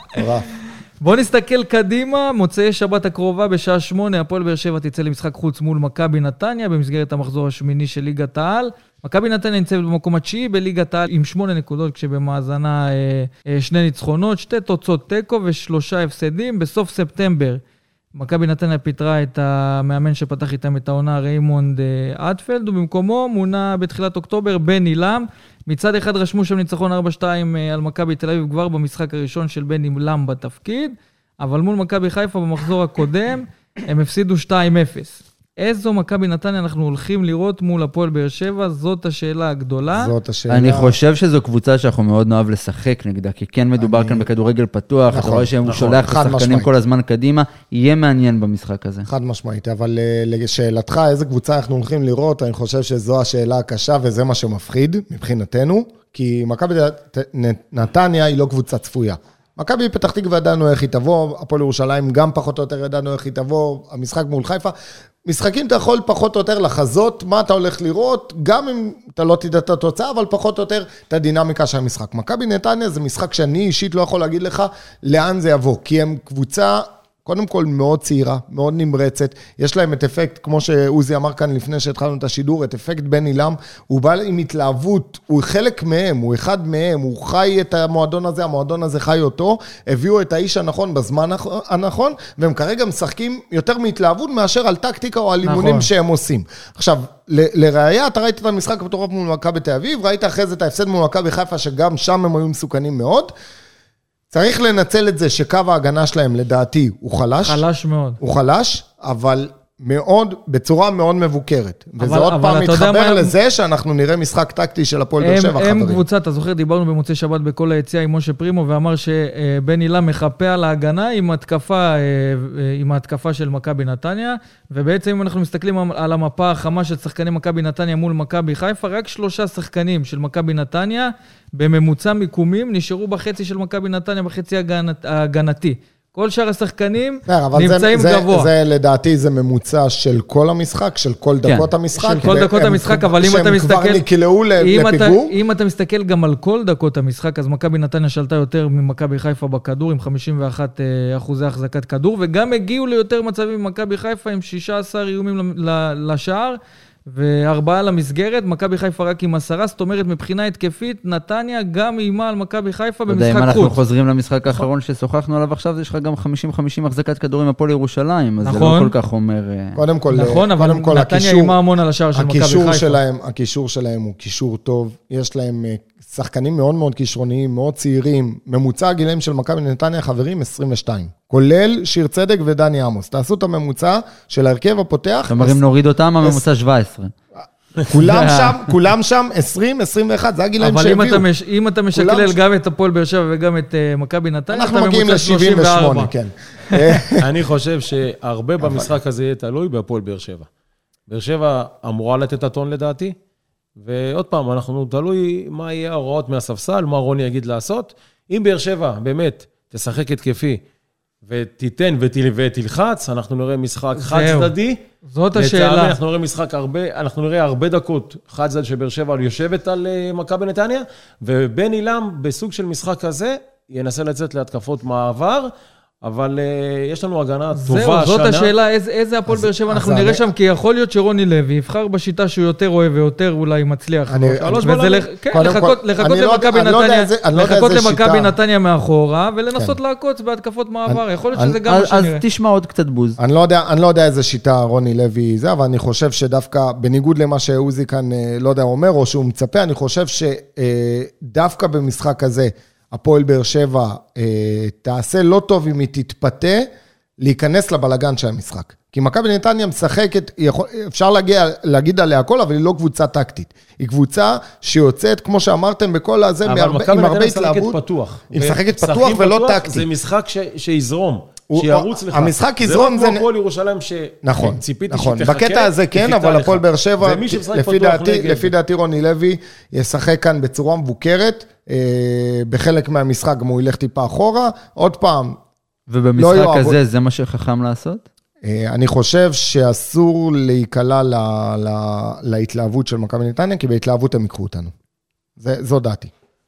בוא נסתכל קדימה, מוצאי שבת הקרובה בשעה שמונה, הפועל באר שבע תצא למשחק חוץ מול מכבי נתניה, במסגרת המחזור השמיני של ליגת העל. מכבי נתניה נמצאת במקום התשיעי בליגת העל עם שמונה נקודות, כשבמאזנה אה, אה, שני ניצחונות, שתי תוצאות טקו ושלושה הפסדים. בסוף ספטמבר, מכבי נתניה פיטרה את המאמן שפתח איתם את העונה, ריימונד אטפלד, ובמקומו מונה בתחילת אוקטובר בני לם. מצד אחד רשמו שם ניצחון ארבע שתיים על מכבי תל אביב כבר במשחק הראשון של בני לם בתפקיד, אבל מול מכבי חיפה במחזור הקודם הם הפסידו שתיים אפס. איזו מכבי נתניה אנחנו הולכים לראות מול הפועל באר שבע? זאת השאלה הגדולה. זאת השאלה. אני חושב שזו קבוצה שאנחנו מאוד נאהב לשחק נגדה, כי כן מדובר כאן בכדורגל פתוח, אתה רואה שהוא שולח את השחקנים כל הזמן קדימה, יהיה מעניין במשחק הזה. חד משמעית, אבל לשאלתך, איזה קבוצה אנחנו הולכים לראות, אני חושב שזו השאלה הקשה, וזה מה שמפחיד מבחינתנו, כי מכבי נתניה היא לא קבוצה צפויה. מכבי פתח תקווה ידענו איך היא תבוא, הפועל ירושלים גם פחות או יותר ידענו איך היא תבוא, המשחק מול חיפה, משחקים אתה יכול פחות או יותר לחזות מה אתה הולך לראות, גם אם אתה לא תדע את התוצאה, אבל פחות או יותר את הדינמיקה של המשחק. מכבי נתניה זה משחק שאני אישית לא יכול להגיד לך לאן זה יבוא, כי הם קבוצה קודם כל מאוד צעירה, מאוד נמרצת, יש להם את אפקט, כמו שעוזי אמר כאן לפני שהתחלנו את השידור, את אפקט בני לם, הוא בא עם התלהבות, הוא חלק מהם, הוא אחד מהם, הוא חי את המועדון הזה, המועדון הזה חי אותו, הביאו את האיש הנכון בזמן הנכון, והם כרגע משחקים יותר מהתלהבות מאשר על טקטיקה או על אימונים נכון. שהם עושים. עכשיו, ל- לראיה, אתה ראית את המשחק המטורף מול מכבי תל אביב, ראית אחרי זה את ההפסד מול מכבי חיפה, שגם שם הם היו מסוכנים מאוד, צריך לנצל את זה שקו ההגנה שלהם, לדעתי, הוא חלש. חלש מאוד. הוא חלש, אבל מאוד, בצורה מאוד מבוקרת. וזה עוד פעם מתחבר לזה שאנחנו נראה משחק טקטי של הפועל באר שבע, חברים. הם קבוצה, אתה זוכר, דיברנו במוצאי שבת בכל היציאה עם משה פרימו, ואמר שבני לם מחפה על ההגנה עם התקפה, עם ההתקפה של מכבי נתניה, ובעצם אם אנחנו מסתכלים על המפה החמה של שחקני מכבי נתניה מול מכבי חיפה, רק שלושה שחקנים של מכבי נתניה, בממוצע מיקומים, נשארו בחצי של מכבי נתניה, בחצי ההגנתי. כל שאר השחקנים נמצאים זה, גבוה. זה לדעתי זה ממוצע של כל המשחק, של כל דקות כן. המשחק. של כל דקות המשחק, אבל אם אתה מסתכל... שהם כבר נקלעו לפיגור. אתה, אם אתה מסתכל גם על כל דקות המשחק, אז מכבי נתניה שלטה יותר ממכבי חיפה בכדור, עם חמישים ואחד אחוזי החזקת כדור, וגם הגיעו ליותר מצבים ממכבי חיפה, עם שישה עשר איומים לשער, וארבעה למסגרת, מכבי חיפה רק עם עשרה, זאת אומרת, מבחינה התקפית, נתניה גם אימה על מכבי חיפה במשחק חוץ. אם אנחנו חוזרים למשחק האחרון ששוחחנו עליו עכשיו, יש לך גם חמישים חמישים החזקת כדורים הפועל ירושלים, אז זה לא כל כך אומר... קודם כל, נכון, אבל נתניה אימה המון על השער של מכבי חיפה. הקישור שלהם הוא קישור טוב, יש להם שחקנים מאוד מאוד כישרוניים, מאוד צעירים, ממוצע הגילאים של מכבי נתניה, חברים, עשרים ושתיים. כולל שיר צדק ודני עמוס. תעשו את הממוצע של ההרכב הפותח. זאת אומרת, אם נוריד אותם, הממוצע שבע עשרה. כולם שם, כולם שם, עשרים, עשרים ואחת, זה הגילאים שהביאו. אבל אם אתה משקלל גם את הפועל באר שבע וגם את מכבי נתניה, אנחנו מגיעים ל-שבעים ושמונה, כן. אני חושב שהרבה במשחק הזה יהיה תלוי בהפועל באר שבע. באר שבע אמורה לתת את הטון לדעתי, ועוד פעם, אנחנו תלוי מה יהיה ההוראות מהספסל, מה רוני יגיד לעשות. אם באר שבע באמת תשחק התקפי, ותיתן ותלחץ, אנחנו נראה משחק חד צדדי. זאת השאלה. אנחנו נראה משחק הרבה, אנחנו נראה הרבה דקות חד צדדי שבאר שבע יושבת על מכבי נתניה, ובן אילם בסוג של משחק כזה, ינסה לצאת להתקפות מעבר, אבל uh, יש לנו הגנה טובה זהו, זאת השנה. השאלה, איזה, איזה הפועל באר שבע אנחנו נראה שם, כי יכול להיות שרוני לוי יבחר בשיטה שהוא יותר אוהב ויותר אולי מצליח. אני, אני, לח... כן, לחכות, לחכות למכבי נתניה, לחכות למכבי נתניה מאחורה, ולנסות כן. לעקוץ בהתקפות מעבר, אני, יכול להיות אני, שזה גם אז, מה שנראה. אז תשמע עוד קצת בוז. אני לא יודע, אני לא יודע איזה שיטה רוני לוי זה, אבל אני חושב שדווקא, בניגוד למה שעוזי כאן, לא יודע, אומר, או שהוא מצפה, אני חושב שדווקא במשחק הזה, הפועל באר שבע אה, תעשה לא טוב אם היא תתפתה להיכנס לבלגן של המשחק. כי מכבי נתניה משחקת, יכול, אפשר להגיע, להגיד עליה הכל, אבל היא לא קבוצה טקטית. היא קבוצה שיוצאת, כמו שאמרתם, בכל הזה, מהרבה, עם הרבה התלהבות. פתוח. היא משחקת פתוח ולא טקטית. זה משחק ש, שיזרום, שירוץ לך. המשחק יזרום זה... זה לא כמו הפועל ירושלים שציפיתי נכון, שתחכה. בקטע הזה כן, אבל הפועל באר שבע, לפי דעתי, לפי דעתי רוני לוי, ישחק כאן בצורה מבוקרת, בחלק מהמשחק, כמו הוא ילך טיפה אחורה, עוד פעם. ובמשחק הזה, זה מה שחכם לעשות? אני חושב שאסור להיקלה להתלהבות של מכבי נתניה, כי בהתלהבות הם יקחו אותנו. זו דעתי.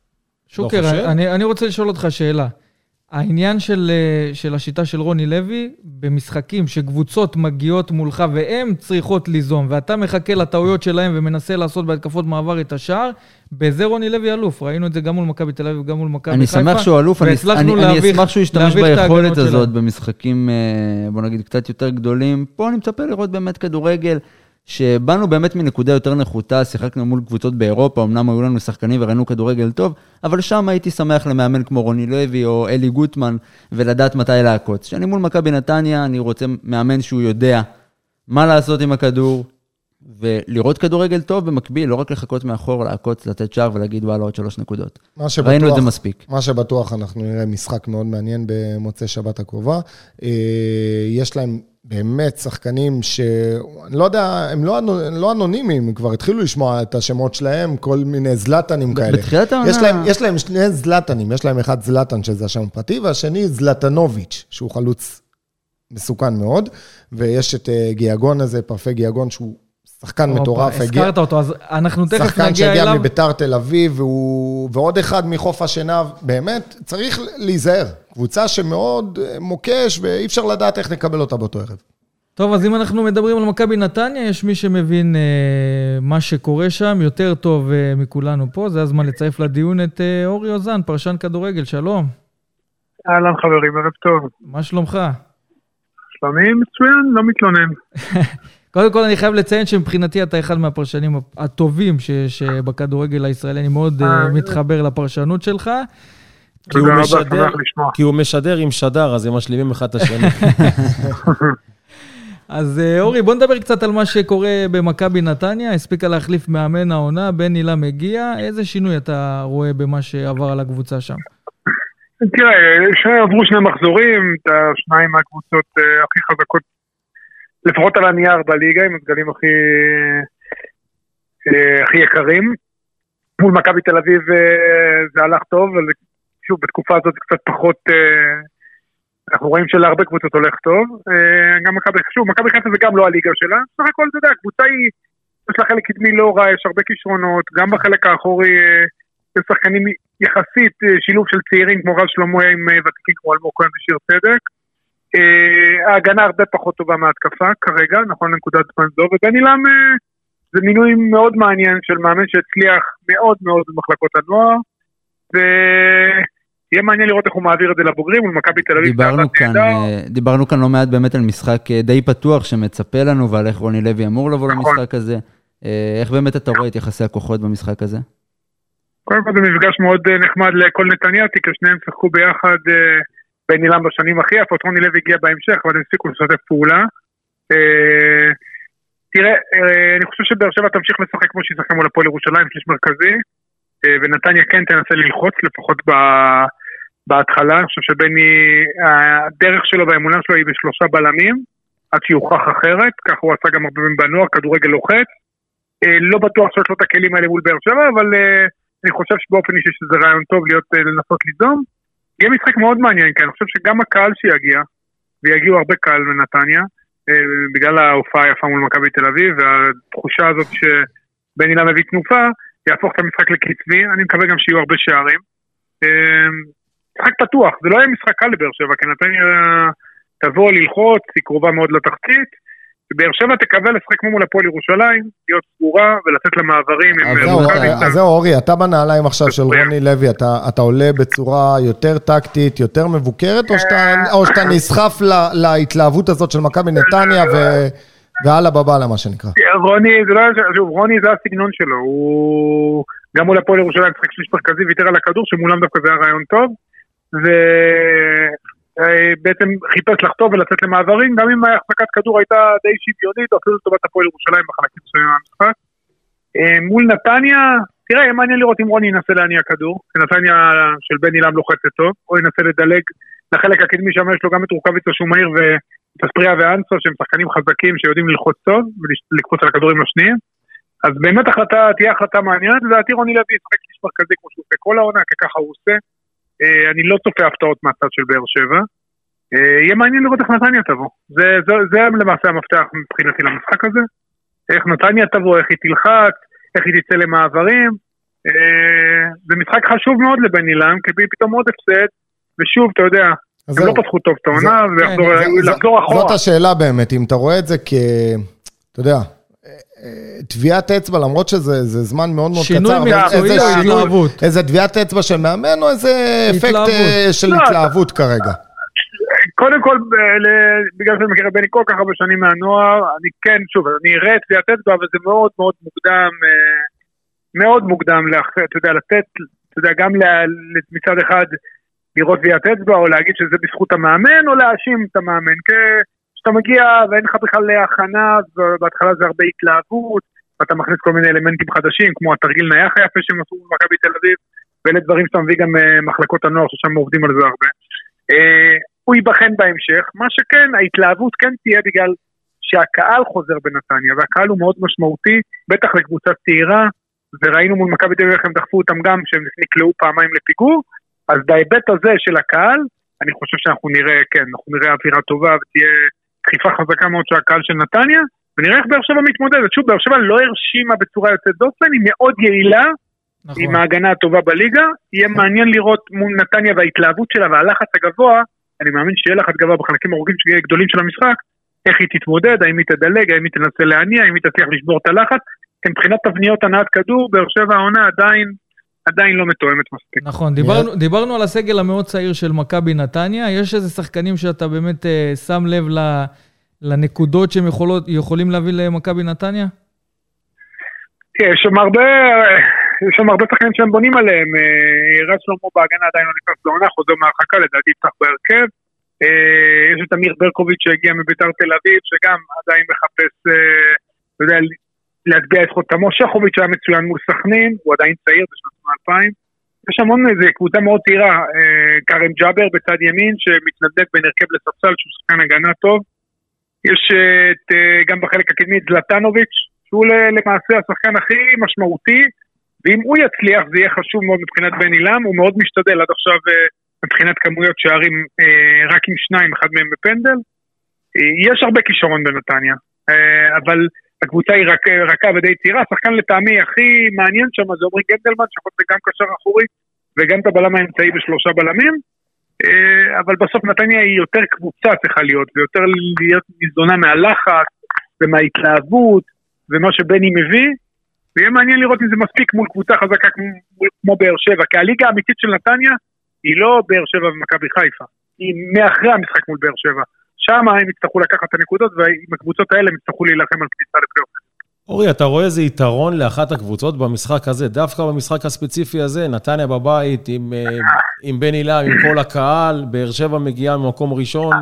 שוקר, אני רוצה לשאול אותך שאלה. העניין של, של השיטה של רוני לוי, במשחקים שקבוצות מגיעות מולך והן צריכות ליזום, ואתה מחכה לטעויות שלהם ומנסה לעשות בהתקפות מעבר את השער, בזה רוני לוי אלוף. ראינו את זה גם מול מכבי תל אביב וגם מול מכבי חיפה. אני שמח שהוא אלוף, אני, אני, להביך, אני אשמח שהוא ישתמש ביכולת הזאת שלהם. במשחקים, בוא נגיד, קצת יותר גדולים. פה אני מצפה לראות באמת כדורגל, שבאנו באמת מנקודה יותר נחותה, שיחקנו מול קבוצות באירופה, אמנם היו לנו שחקנים וראינו כדורגל טוב, אבל שם הייתי שמח למאמן כמו רוני לוי או אלי גוטמן, ולדעת מתי לעקוץ. שאני מול מכבי נתניה, אני רוצה מאמן שהוא יודע מה לעשות עם הכדור, ולראות כדורגל טוב במקביל, לא רק לחכות מאחור, לעקוץ, לתת שער ולהגיד וואלה עוד שלוש נקודות. ראינו את זה מספיק. מה שבטוח, אנחנו נראה משחק מאוד מעניין במוצאי שבת הקרובה. יש להם באמת שחקנים ש... אני לא יודע, הם לא, הם לא אנונימיים, הם כבר התחילו לשמוע את השמות שלהם, כל מיני זלטנים כאלה. בתחילת העונה... יש להם, יש להם שני זלטנים, יש להם אחד זלטן שזה השם הפרטי, והשני זלטנוביץ', שהוא חלוץ מסוכן מאוד, ויש את גיאגון הזה, פרפי גיאגון, שהוא שחקן מטורף. הזכרת אותו, אז אנחנו תכף נגיע אליו. שחקן שהגיע מביתר תל אביב, והוא, ועוד אחד מחוף השנהב, באמת צריך להיזהר. קבוצה שמאוד מוקש, ואי אפשר לדעת איך נקבל אותה באותו ערב. טוב, אז אם אנחנו מדברים על מכבי נתניה, יש מי שמבין אה, מה שקורה שם, יותר טוב אה, מכולנו פה, זה הזמן לצרף לדיון את אה, אורי אוזן, פרשן כדורגל, שלום. אהלן חברים, ערב טוב. מה שלומך? שלומי מצוין, לא מתלונן. קודם כל אני חייב לציין שמבחינתי אתה אחד מהפרשנים הטובים שבכדורגל הישראלי, אני מאוד מתחבר לפרשנות שלך. כי הוא משדר, כי הוא משדר עם שדר, אז הם משלימים אחד את השני. אז אורי, בוא נדבר קצת על מה שקורה במכבי נתניה, הספיקה להחליף מאמן העונה, בן אילם מגיע, איזה שינוי אתה רואה במה שעבר על הקבוצה שם? תראה, עברו שני מחזורים, את השניים מהקבוצות הכי חזקות, לפחות על הנייר בליגה, עם הדגלים הכי, הכי יקרים. מול מכבי תל אביב זה הלך טוב, אבל שוב, בתקופה הזאת זה קצת פחות, אנחנו רואים שלהרבה קבוצות הולך טוב. גם מכבי, שוב, מכבי חיפה זה גם לא הליגה שלה, סך הכל, אתה יודע, הקבוצה היא, יש לה חלק קדמי לא רע, יש הרבה כישרונות, גם בחלק האחורי, יש שחקנים יחסית, שילוב של צעירים כמו רז שלמה עם ותיקים כמו אלמוג כהן ושיר צדק. ההגנה הרבה פחות טובה מההתקפה כרגע, נכון לנקודת זמן זו, ובן אילם זה מינוי מאוד מעניין של מאמן שהצליח מאוד מאוד במחלקות הנוער, ויהיה מעניין לראות איך הוא מעביר את זה לבוגרים ולמכבי תל אביב. דיברנו כאן, דיברנו כאן לא מעט באמת על משחק די פתוח שמצפה לנו, ועל איך רוני לוי אמור לבוא למשחק הזה. איך באמת אתה רואה את יחסי הכוחות במשחק הזה? קודם כל זה מפגש מאוד נחמד לכל נתניהו, כי שניהם שחקו ביחד בן אילם בשנים הכי יפות, רוני לוי הגיע בהמשך, אבל הם הפסיקו לשתף פעולה. תראה, אני חושב שבאר שבע תמשיך לשחק כמו שהיא שחקה מול הפועל ירושלים, שליש מרכזי, ונתניה כן תנסה ללחוץ, לפחות בהתחלה. אני חושב שבני, הדרך שלו והאמונה שלו היא בשלושה בלמים, עד שיוכח אחרת, כך הוא עשה גם הרבה בנוער, כדורגל לוחץ. לא בטוח שיש לו את הכלים האלה מול באר שבע, אבל אני חושב שבאופן אישי שזה רעיון טוב להיות, לנסות ליזום. יהיה משחק מאוד מעניין, כי אני חושב שגם הקהל שיגיע, ויגיעו הרבה קהל בנתניה, בגלל ההופעה היפה מול מכבי תל אביב, והתחושה הזאת שבן אילם מביא תנופה, יהפוך את המשחק לקצבי, אני מקווה גם שיהיו הרבה שערים. משחק פתוח, זה לא יהיה משחק קל לבאר שבע, כי נתניה תבוא ללחוץ, היא קרובה מאוד לתחתית, ובאר שבע תקווה לשחק כמו מול הפועל ירושלים, להיות סגורה ולתת למעברים. אז זהו אורי, אתה בנעליים עכשיו של רוני לוי, אתה עולה בצורה יותר טקטית, יותר מבוקרת, או שאתה נסחף להתלהבות הזאת של מכבי נתניה והלאה בבעלה, מה שנקרא? רוני זה הסגנון שלו, הוא גם מול הפועל ירושלים שחק שליש מרכזי ויתר על הכדור, שמולם דווקא זה היה רעיון טוב, ובעצם חיפש לחטוב ולצאת למעברים, גם אם ההחזקת כדור הייתה די שוויונית, או אפילו לטובת הפועל ירושלים בחלקים מסוימים מהמשחק. מול נתניה, תראה, יהיה מעניין לראות אם רוני ינסה להניע כדור, כי נתניה של בן אילם לוחצת טוב, או ינסה לדלג לחלק הקדמי שם, יש לו גם את רוקביצה שהוא מהיר, ואת אספריה ואנסו, שהם שחקנים חזקים שיודעים ללחוץ טוב, ולקפוץ על הכדורים השניים. אז באמת החלטה, תהיה החלטה מעניינת, ולדעתי רוני לוי ישחק שליש מרכזי כמו שהוא עושה כל העונה, כי ככה הוא עושה. אני לא צופה הפתעות מהצד של באר שבע. יהיה מעניין לראות איך נתניה תבוא. זה, זה, זה למעשה המפתח מבחינתי למשחק הזה. איך נתניה תבוא, איך היא תלחץ, איך היא תצא למעברים. זה משחק חשוב מאוד לבן אילם, כי פתאום עוד הפסד, ושוב, אתה יודע, הם לא פתחו טוב את העונה, ולחזור אחורה. זאת השאלה באמת, אם אתה רואה את זה כ... אתה יודע... תביעת אצבע, למרות שזה זמן מאוד מאוד קצר. שינוי מקצועי או התלהבות? איזה תביעת אצבע של מאמן, או איזה אפקט של התלהבות כרגע? קודם כל, בגלל שאני מכיר בני כל כך הרבה שנים מהנוער, אני כן, שוב, אני אראה תביעת אצבע, אבל זה מאוד מאוד מוקדם, מאוד מוקדם, אתה יודע, לתת, אתה יודע, גם מצד אחד לראות תביעת אצבע, או להגיד שזה בזכות המאמן, או להאשים את המאמן, כי... אתה מגיע ואין לך בכלל להכנה, ובהתחלה זה הרבה התלהבות, ואתה מכניס כל מיני אלמנטים חדשים, כמו התרגיל נייח היפה שהם עשו במכבי תל אביב, ואלה דברים שאתה מביא גם מחלקות הנוער, ששם עובדים על זה הרבה. הוא ייבחן בהמשך, מה שכן, ההתלהבות כן תהיה בגלל שהקהל חוזר בנתניה, והקהל הוא מאוד משמעותי, בטח לקבוצה צעירה, וראינו מול מכבי תל אביב איך הם דחפו אותם גם, שהם נקלעו פעמיים לפיגור, אז בהיבט הזה של הקהל, אני חושב שאנחנו נראה, כן, אנחנו נראה אווירה טובה, ותהיה דחיפה חזקה מאוד של הקהל של נתניה, ונראה איך באר שבע מתמודדת. שוב, באר שבע לא הרשימה בצורה יוצאת דופן, היא מאוד יעילה, נכון. עם ההגנה הטובה בליגה, יהיה מעניין לראות מול נתניה וההתלהבות שלה והלחץ הגבוה, אני מאמין שיהיה לחץ גבוה בחלקים ארוכים גדולים של המשחק, איך היא תתמודד, האם היא תדלג, האם היא תנסה להניע, האם היא תצליח לשבור את הלחץ, כי מבחינת תבניות הנעת כדור, באר שבע העונה עדיין עדיין לא מתואמת מספיק. נכון, דיברנו, דיברנו על הסגל המאוד צעיר של מכבי נתניה, יש איזה שחקנים שאתה באמת uh, שם לב לנקודות שהם יכולות, יכולים להביא למכבי נתניה? יש שם הרבה, יש שם הרבה שחקנים שהם בונים עליהם, רז שלמה בהגנה עדיין לא נכנס לעונה, חוזר מהרחקה, לדעתי יפתח בהרכב, יש את אמיר ברקוביץ' שהגיע מביתר תל אביב, שגם עדיין מחפש, אתה יודע, להטביע את חותמו. שחוביץ' היה מצוין מול סכנין, הוא עדיין צעיר בשנת אלפיים. יש המון איזה קבוצה מאוד צעירה, קרם ג'אבר בצד ימין, שמתנדק בין הרכב לספסל, שהוא שחקן הגנה טוב. יש את, גם בחלק הקדמי את זלטנוביץ', שהוא למעשה השחקן הכי משמעותי, ואם הוא יצליח זה יהיה חשוב מאוד מבחינת בן אילם, הוא מאוד משתדל עד עכשיו מבחינת כמויות שערים רק עם שניים, אחד מהם בפנדל. יש הרבה כישרון בנתניה, אבל הקבוצה היא רק, רכה ודי צעירה, השחקן לטעמי הכי מעניין שם, זה עומרי גנדלמן, שיכול להיות גם קשר אחורי, וגם את הבלם האמצעי בשלושה בלמים, אבל בסוף נתניה היא יותר קבוצה צריכה להיות, ויותר להיות מזונה מהלחץ, ומההתלהבות, ומה שבני מביא, ויהיה מעניין לראות אם זה מספיק מול קבוצה חזקה כמו, כמו באר שבע, כי הליגה האמיתית של נתניה, היא לא באר שבע ומכבי חיפה, היא מאחרי המשחק מול באר שבע, שם הם יצטרכו לקחת את הנקודות, ועם הקבוצות האלה הם יצטרכו להילחם על כניסה לפלייאוף. אורי, אתה רואה איזה יתרון לאחת הקבוצות במשחק הזה, דווקא במשחק הספציפי הזה, נתניה בבית עם, עם בן אילם, עם כל הקהל, באר שבע מגיעה ממקום ראשון.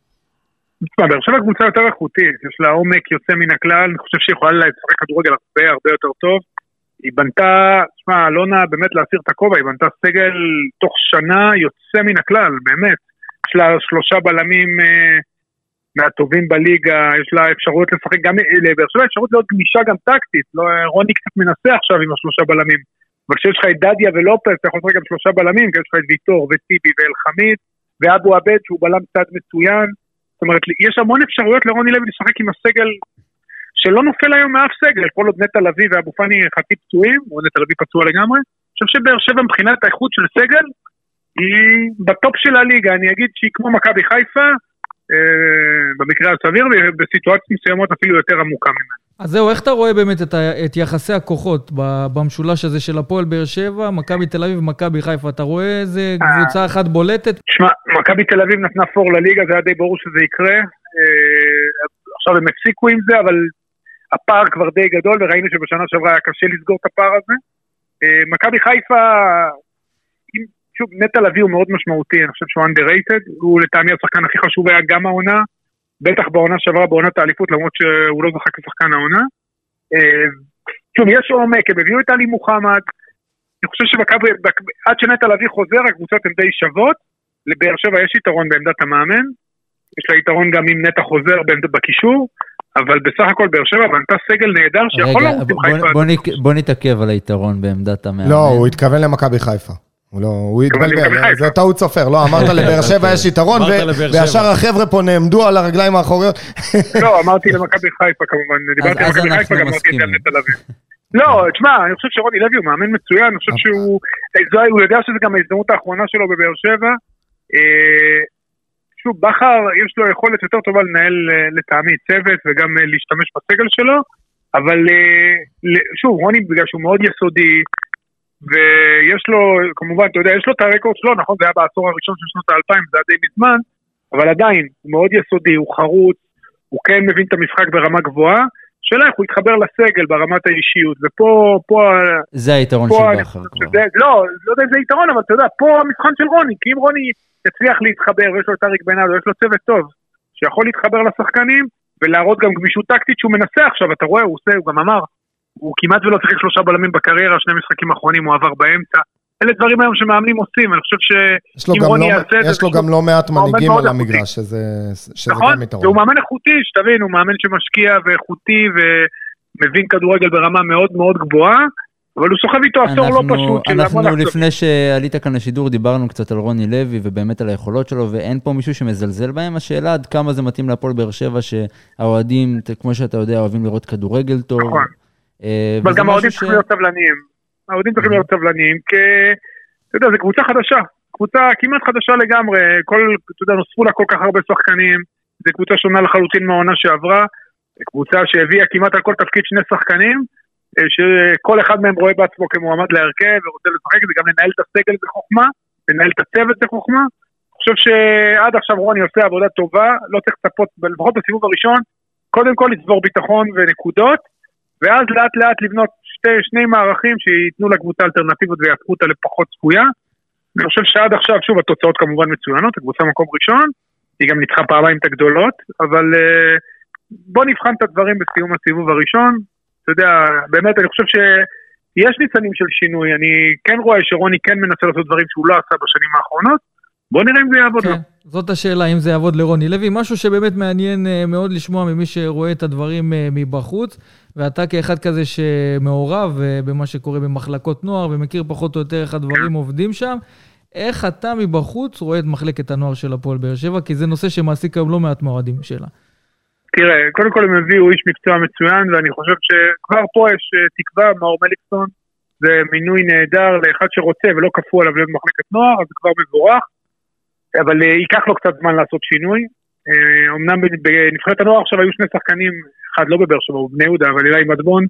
באר שבע קבוצה יותר איכותית, יש לה עומק יוצא מן הכלל, אני חושב שהיא יכולה לשחק כדורגל הרבה הרבה יותר טוב. היא בנתה, תשמע, אלונה באמת להסיר את הכובע, היא בנתה סגל תוך שנה יוצא מן הכלל, באמת. יש לה שלושה בלמים אה, מהטובים בליגה, יש לה אפשרות לשחק גם, לבאר שבע אפשרות להיות גמישה גם טקטית, לא, רוני קצת מנסה עכשיו עם השלושה בלמים, אבל כשיש לך את דדיה ולופס, אתה יכול לשחק גם שלושה בלמים, כי יש לך את ויטור וטיבי ואל-חמיד, ואבו עבד שהוא בלם צד מצוין. זאת אומרת, יש המון אפשרויות לרוני לוי לשחק עם הסגל שלא נופל היום מאף סגל, כל עוד נטע לביא ואבו פאני חצי פצועים, או נטע לביא פצוע לגמרי. אני חושב שבאר שבע מבחינת האיכות של סגל, היא בטופ של הליגה, אני אגיד שהיא כמו מכבי חיפה, במקרה הסביר, ובסיטואציות מסוימות אפילו יותר עמוקה ממנו. אז זהו, איך אתה רואה באמת את, ה, את יחסי הכוחות במשולש הזה של הפועל באר שבע, מכבי תל אביב ומכבי חיפה? אתה רואה איזה קבוצה אחת בולטת? תשמע, מכבי תל אביב נתנה פור לליגה, זה היה די ברור שזה יקרה. עכשיו הם הפסיקו עם זה, אבל הפער כבר די גדול, וראינו שבשנה שעברה היה קשה לסגור את הפער הזה. מכבי חיפה, שוב, נטע לביא הוא מאוד משמעותי, אני חושב שהוא underrated, הוא לטעמי השחקן הכי חשוב היה גם העונה, בטח בעונה שעברה, בעונת האליפות, למרות שהוא לא זכה כשחקן העונה. שוב, יש עומק, הם הביאו את עלי מוחמד, אני חושב שמכבי, עד שנטע לביא חוזר, הקבוצות הן די שוות, לבאר שבע יש יתרון בעמדת המאמן, יש לה יתרון גם אם נטע חוזר בקישור, אבל בסך הכל באר שבע בנתה סגל נהדר שיכול לרוץ עם חיפה. בוא נתעכב על היתרון בעמדת המאמן. לא, הוא התכוון למכבי חיפה. הוא לא, הוא התבלבל, זה טעות סופר, לא, אמרת לבאר שבע יש יתרון, והשאר החבר'ה פה נעמדו על הרגליים האחוריות. לא, אמרתי למכבי חיפה כמובן, דיברתי על מכבי חיפה, גם אמרתי את זה על נטע לביא. לא, תשמע, אני חושב שרוני לוי הוא מאמן מצוין, אני חושב שהוא, הוא יודע שזה גם ההזדמנות האחרונה שלו בבאר שבע, שוב, בכר יש לו יכולת יותר טובה לנהל לטעמי צוות, וגם להשתמש בסגל שלו, אבל שוב, רוני בגלל שהוא מאוד יסודי, ויש לו, כמובן, אתה יודע, יש לו את הרקורד שלו, נכון, זה היה בעשור הראשון של שנות האלפיים, זה היה די מזמן, אבל עדיין, הוא מאוד יסודי, הוא חרוץ, הוא כן מבין את המשחק ברמה גבוהה, שאלה איך הוא יתחבר לסגל ברמת האישיות, ופה, פה... זה היתרון של בכר. לא, לא יודע אם זה יתרון, אבל אתה יודע, פה המבחן של רוני, כי אם רוני יצליח להתחבר, ויש לו את אריק בנאדו, יש לו צוות טוב, שיכול להתחבר לשחקנים, ולהראות גם גמישות טקטית שהוא מנסה עכשיו, אתה רואה, הוא עושה, הוא גם אמר, הוא כמעט ולא צריך שלושה בלמים בקריירה, שני משחקים אחרונים הוא עבר באמצע. אלה דברים היום שמאמנים עושים, אני חושב שאם רוני יעשה את זה... יש לו גם לא מעט מנהיגים על המגרש, שזה גם יתרון. והוא מאמן איכותי, שתבין, הוא מאמן שמשקיע ואיכותי ומבין כדורגל ברמה מאוד מאוד גבוהה, אבל הוא סוחב איתו עשור לא פשוט. אנחנו לפני שעלית כאן לשידור דיברנו קצת על רוני לוי ובאמת על היכולות שלו, ואין פה מישהו שמזלזל בהם. השאלה עד כמה זה מתאים להפועל באר שבע, שהאוהדים, כמו שאתה יודע, אוהבים לראות כדורגל טוב. אבל גם האוהדים צריכים להיות סבלניים. האוהדים צריכים להיות סבלניים, כי, אתה יודע, זו קבוצה חדשה. קבוצה כמעט חדשה לגמרי. כל, אתה יודע, נוספו לה כל כך הרבה שחקנים. זו קבוצה שונה לחלוטין מהעונה שעברה. קבוצה שהביאה כמעט על כל תפקיד שני שחקנים, שכל אחד מהם רואה בעצמו כמועמד להרכב, ורוצה לשחק, וגם לנהל את הסגל בחוכמה, לנהל את הצוות בחוכמה. אני חושב שעד עכשיו רוני עושה עבודה טובה, לא צריך לצפות, לפחות בסיבוב הראשון, קודם כל לצבור ביטחון ונקודות, ואז לאט לאט לבנות שתי, שני מערכים שיתנו לקבוצה אלטרנטיבות ויהפכו אותה לפחות צפויה. אני חושב שעד עכשיו, שוב, התוצאות כמובן מצוינות, הקבוצה מקום ראשון, היא גם ניצחה פעמיים את הגדולות, אבל uh, בוא נבחן את הדברים בסיום הסיבוב הראשון. אתה יודע, באמת אני חושב שיש ניצנים של שינוי, אני כן רואה שרוני כן מנסה לעשות דברים שהוא לא עשה בשנים האחרונות, בוא נראה אם זה יעבוד לו. זאת השאלה, אם זה יעבוד לרוני לוי. משהו שבאמת מעניין מאוד לשמוע ממי שרואה את הדברים מבחוץ, ואתה כאחד כזה שמעורב במה שקורה במחלקות נוער, ומכיר פחות או יותר איך הדברים עובדים שם, איך אתה מבחוץ רואה את מחלקת הנוער של הפועל באר שבע, כי זה נושא שמעסיק היום לא מעט מהאוהדים שלה. תראה, קודם כל הם הביאו איש מקצוע מצוין, ואני חושב שכבר פה יש תקווה, מאור מליקסון, זה מינוי נהדר לאחד שרוצה ולא כפו עליו להיות מחלקת נוער, אז זה כבר מבורך, אבל ייקח לו קצת זמן לעשות שינוי. אמנם בנבחרת הנוער עכשיו היו שני שחקנים, אחד לא בבאר שבע, הוא בני יהודה, אבל אילי מדבון,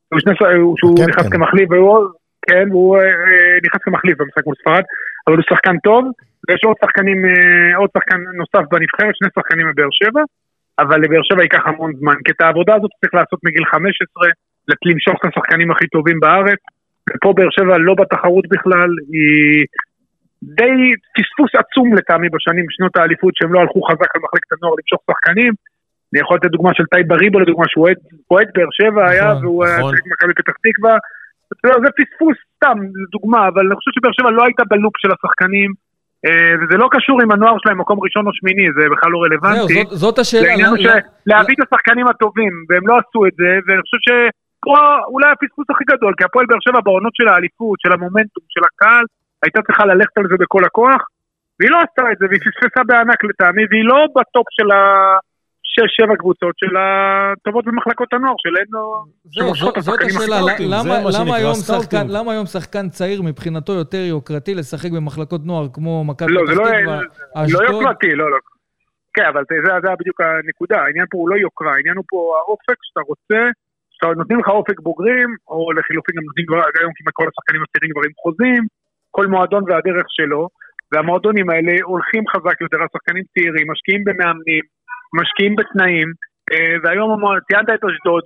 שהוא נכנס כמחליף, כן, והוא נכנס כמחליף במשחק מול ספרד, אבל הוא שחקן טוב, ויש עוד שחקנים, עוד שחקן נוסף בנבחרת, שני שחקנים בבאר שבע, אבל לבאר שבע ייקח המון זמן, כי את העבודה הזאת צריך לעשות מגיל חמש עשרה, למשוך את השחקנים הכי טובים בארץ, ופה באר שבע לא בתחרות בכלל, היא די פספוס עצום לטעמי בשנים, שנות האליפות, שהם לא הלכו חזק על מחלקת הנוער למשוך שחקנים. אני יכול לתת דוגמה של טייב בריבו, לדוגמה שהוא אוהד באר שבע היה, והוא היה שחק מכבי פתח תקווה, זה פספוס סתם, לדוגמה, אבל אני חושב שבאר שבע לא הייתה בלופ של השחקנים, וזה לא קשור עם הנוער שלהם מקום ראשון או שמיני, זה בכלל לא רלוונטי. זאת השאלה. להביא את השחקנים הטובים, והם לא עשו את זה, ואני חושב פה אולי הפספוס הכי גדול, כי הפועל באר שבע בעונות של האליפות, של המומנטום, של הקהל, הייתה צריכה ללכת על זה בכל הכוח, והיא לא עשתה את זה, והיא פספסה בענק לטעמי, והיא לא בטופ של השש שבע קבוצות של הטובות במחלקות הנוער, שלנו... זאת השאלה, למה היום שחקן צעיר מבחינתו יותר יוקרתי לשחק במחלקות נוער כמו מכבי פתח תקווה, אשדוד? לא יוקרתי, לא, לא. כן, אבל זה בדיוק הנקודה, העניין פה הוא לא יוקרה, העניין הוא פה האופק שאתה רוצה, שאתה נותנים לך אופק בוגרים, או לחילופין גם נותנים כבר, היום כמעט כל השחקנים הצעירים כבר עם חוזים, כל מועדון והדרך שלו, והמועדונים האלה הולכים חזק יותר, השחקנים צעירים, משקיעים במאמנים, משקיעים בתנאים, והיום ציינת את אשדוד,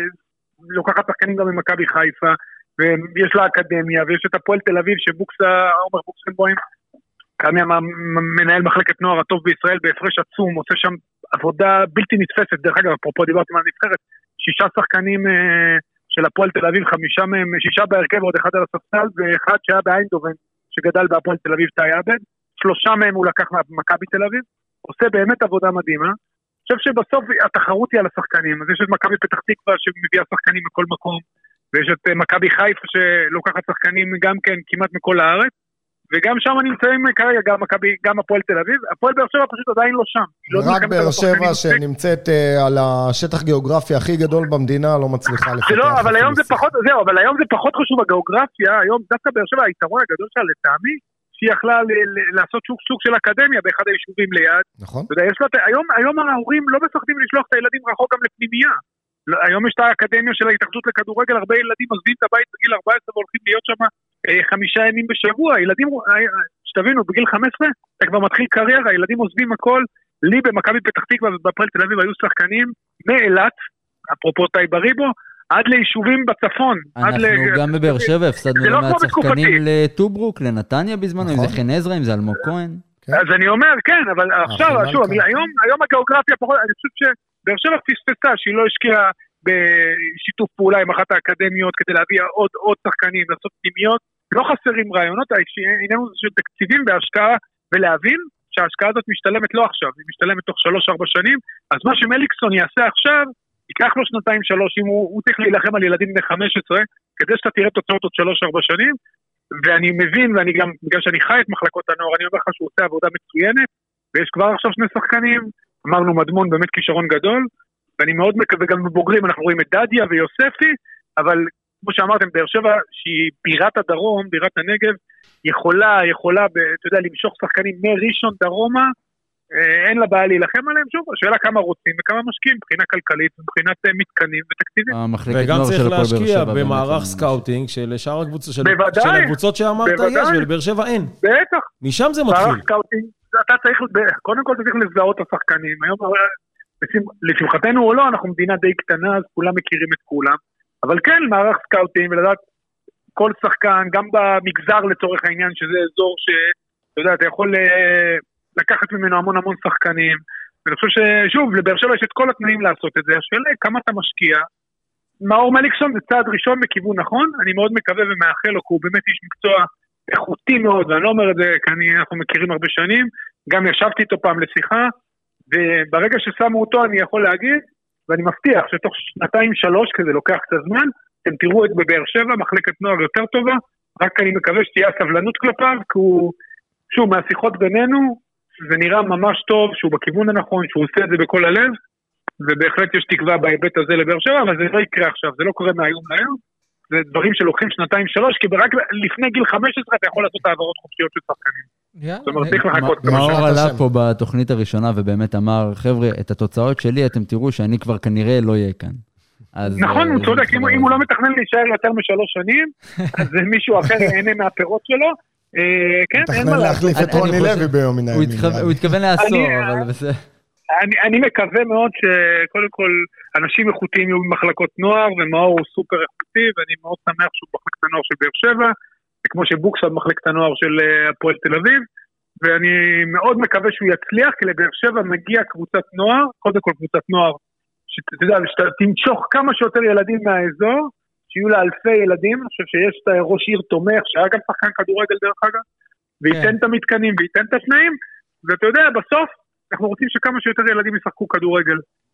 שלוקחת שחקנים גם ממכבי חיפה, ויש לה אקדמיה, ויש את הפועל תל אביב, שבוקסה, עומר בוקסנבוים, קמי מנהל מחלקת נוער הטוב בישראל, בהפרש עצום, עושה שם עבודה בלתי נתפסת, דרך אגב, אפרופו דיברתי על הנבחרת, שישה שחקנים של הפועל תל אביב, חמישה מהם, שישה בהרכב, עוד אחד על הספסל, ואחד שהיה באיינדובן, שגדל בהפועל תל אביב, תאי עבד, שלושה מהם הוא לקח ממכבי תל אביב, עושה באמת עבודה מדהימה. אני חושב שבסוף התחרות היא על השחקנים, אז יש את מכבי פתח תקווה שמביאה שחקנים מכל מקום, ויש את מכבי חיפה שלוקחת שחקנים גם כן כמעט מכל הארץ, וגם שם נמצאים כרגע גם מכבי, גם הפועל תל אביב, הפועל באר שבע פשוט עדיין לא שם. רק באר שבע שנמצאת על השטח גיאוגרפי הכי גדול במדינה לא מצליחה לפתח. לא, אבל היום זה פחות, זהו, אבל היום זה פחות חשוב הגיאוגרפיה, היום דווקא באר שבע היתרון הגדול שלה לטעמי, שהיא יכלה לעשות סוג של אקדמיה באחד היישובים ליד. נכון. היום ההורים לא מפחדים לשלוח את הילדים רחוק גם לפנימייה. היום יש את האקדמיה של ההתאחדות לכדורגל, הרבה ילדים עוזבים את הבית בגיל ארבע עשרה והולכים להיות שם חמישה ימים בשבוע. ילדים, שתבינו, בגיל חמש עשרה, אתה כבר מתחיל קריירה, ילדים עוזבים הכל. לי במכבי פתח תקווה ובהפועל תל אביב היו שחקנים מאילת, אפרופו טייב בריבו, עד ליישובים בצפון. אנחנו גם בבאר שבע הפסדנו לא מעט שחקנים לטוברוק, לנתניה בזמן, אם זה חן עזרא, אם זה אלמוג כהן. אז אני אומר, כן, אבל עכשיו, שוב, היום הגיאוגרפיה פחות, אני חושב שבאר שבע פספסה שהיא לא השקיעה בשיתוף פעולה עם אחת האקדמיות כדי להביא עוד שחקנים, לעשות פנימיות, לא חסרים רעיונות, העניין הוא של תקציבים בהשקעה, ולהבין שההשקעה הזאת משתלמת לא עכשיו, היא משתלמת תוך שלוש ארבע שנים, אז מה שמליקסון יעשה עכשיו, ייקח לו שנתיים שלוש, אם הוא, הוא צריך להילחם על ילדים בני חמש עשרה, כדי שאתה תראה תוצאות עוד שלוש ארבע שנים, ואני מבין, ואני גם, בגלל שאני חי את מחלקות הנוער, אני אומר לך שהוא עושה עבודה מצוינת, ויש כבר עכשיו שני שחקנים, אמרנו מדמון באמת כישרון גדול, ואני מאוד מקווה גם בבוגרים, אנחנו רואים את דדיה ויוספי, אבל כמו שאמרתם, באר שבע, שהיא בירת הדרום, בירת הנגב, יכולה, יכולה, אתה יודע, למשוך שחקנים מראשון דרומה, אין לה בעיה להילחם עליהם, שוב, השאלה כמה רוצים וכמה משקיעים, מבחינה כלכלית, מבחינת מתקנים ותקציבים. וגם צריך להשקיע במערך סקאוטינג של שאר הקבוצות שאמרת יש, ולבאר שבע אין. בטח. משם זה מתחיל. מערך סקאוטינג, אתה צריך, קודם כל אתה צריך לזהות את השחקנים. היום, לשמחתנו או לא, אנחנו מדינה די קטנה, אז כולם מכירים את כולם. אבל כן, מערך סקאוטינג, ולדעת כל שחקן, גם במגזר לצורך העניין, שזה אזור ש, אתה יודע, אתה יכול לקחת ממנו המון המון שחקנים, ואני חושב ששוב, לבאר שבע יש את כל התנאים לעשות את זה, השאלה כמה אתה משקיע, מאור מליקסון זה צעד ראשון בכיוון נכון, אני מאוד מקווה ומאחל לו, כי הוא באמת איש מקצוע איכותי מאוד, ואני לא אומר את זה, כי אני, אנחנו מכירים הרבה שנים, גם ישבתי איתו פעם לשיחה, וברגע ששמו אותו אני יכול להגיד, ואני מבטיח שתוך שנתיים שלוש, כזה לוקח קצת זמן, אתם תראו את בבאר שבע, מחלקת נוער יותר טובה, רק אני מקווה שתהיה סבלנות כלפיו, כי הוא, שוב, מהשיחות בינינו, זה נראה ממש טוב, שהוא בכיוון הנכון, שהוא עושה את זה בכל הלב, ובהחלט יש תקווה בהיבט הזה לבאר שבע, אבל זה לא יקרה עכשיו, זה לא קורה מהיום להיום, זה דברים שלוקחים שנתיים שלוש, כי רק לפני גיל חמש עשרה אתה יכול לעשות העברות חופשיות של שחקנים. זאת אומרת, צריך לחכות. מאור עלה פה בתוכנית הראשונה, ובאמת אמר, חבר'ה, את התוצאות שלי אתם תראו שאני כבר כנראה לא יהיה כאן. נכון, הוא צודק, אם הוא לא מתכנן להישאר יותר משלוש שנים, אז מישהו אחר ייהנה מהפירות שלו, כן, אין מה להחליף את רוני לוי ביום מן הימים. הוא התכוון לעשור, אבל בסדר. אני מקווה מאוד שקודם כל אנשים איכותיים יהיו במחלקות נוער, ומאור הוא סופר איכותי, ואני מאוד שמח שהוא במחלקת הנוער של באר שבע, כמו שבוקסה במחלקת הנוער של הפועל תל אביב, ואני מאוד מקווה שהוא יצליח, כי לבאר שבע מגיע קבוצת נוער, קודם כל קבוצת נוער, שאתה יודע, שתמשוך כמה שיותר ילדים מהאזור, שיהיו לה אלפי ילדים, אני חושב שיש את ראש עיר תומך, שהיה גם שחקן כדורגל דרך אגב, וייתן את המתקנים, וייתן את התנאים, ואתה יודע, בסוף, אנחנו רוצים שכמה שיותר ילדים ישחקו כדורגל,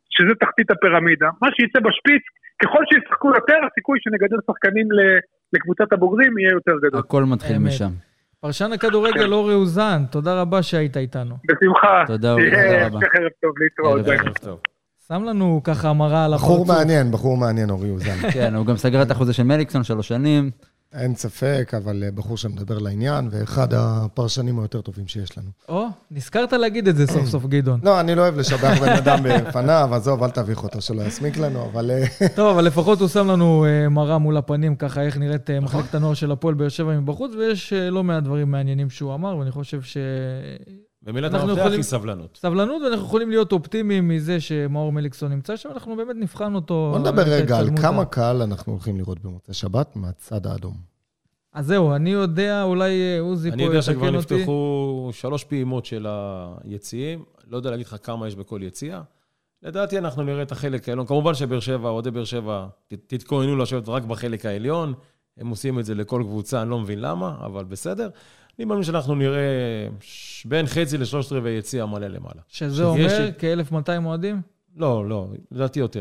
שזה תחתית הפירמידה. מה שיצא בשפיץ, ככל שישחקו יותר, הסיכוי שנגדל שחקנים לקבוצת הבוגרים יהיה יותר גדול. הכל מתחיל משם. פרשן הכדורגל אורי אוזן, תודה רבה שהיית איתנו. בשמחה. תודה רבה. ערב טוב, להתראות. ערב טוב. שם לנו ככה המרה על בחור מעניין, בחור מעניין אורי אוזן. כן, הוא גם סגר את החוזה של מליקסון שלוש שנים. אין ספק, אבל בחור שמדבר לעניין, ואחד הפרשנים היותר טובים שיש לנו. או, נזכרת להגיד את זה סוף סוף, גדעון. לא, אני לא אוהב לשבח בן אדם בפניו, עזוב, אל תביך אותו שלא יסמיק לנו, אבל... טוב, אבל לפחות הוא שם לנו מראה מול הפנים, ככה איך נראית מחלקת הנוער של הפועל באר שבע מבחוץ, ויש לא מעט דברים מעניינים שהוא אמר, ואני חושב ש... במילת המפתח היא סבלנות. סבלנות, ואנחנו יכולים להיות אופטימיים מזה שמאור מליקסון נמצא שם, אנחנו באמת נבחן אותו. בוא נדבר רגע על כמה קהל אנחנו הולכים לראות במוצאי שבת מהצד האדום. אז זהו, אני יודע, אולי עוזי פה אני יודע שכבר נפתחו שלוש פעימות של היציאים, לא יודע להגיד לך כמה יש בכל יציאה. לדעתי אנחנו נראה את החלק העליון, כמובן שבאר שבע, עודי באר שבע, תתכוננו לשבת רק בחלק העליון, הם עושים את זה לכל קבוצה, אני לא מבין למה, אבל בסדר. אני מאמין שאנחנו נראה בין חצי לשלושת רבעי יציאה מלא למעלה. שזה אומר כ-אלף ומאתיים מועדים? לא, לא, לדעתי יותר.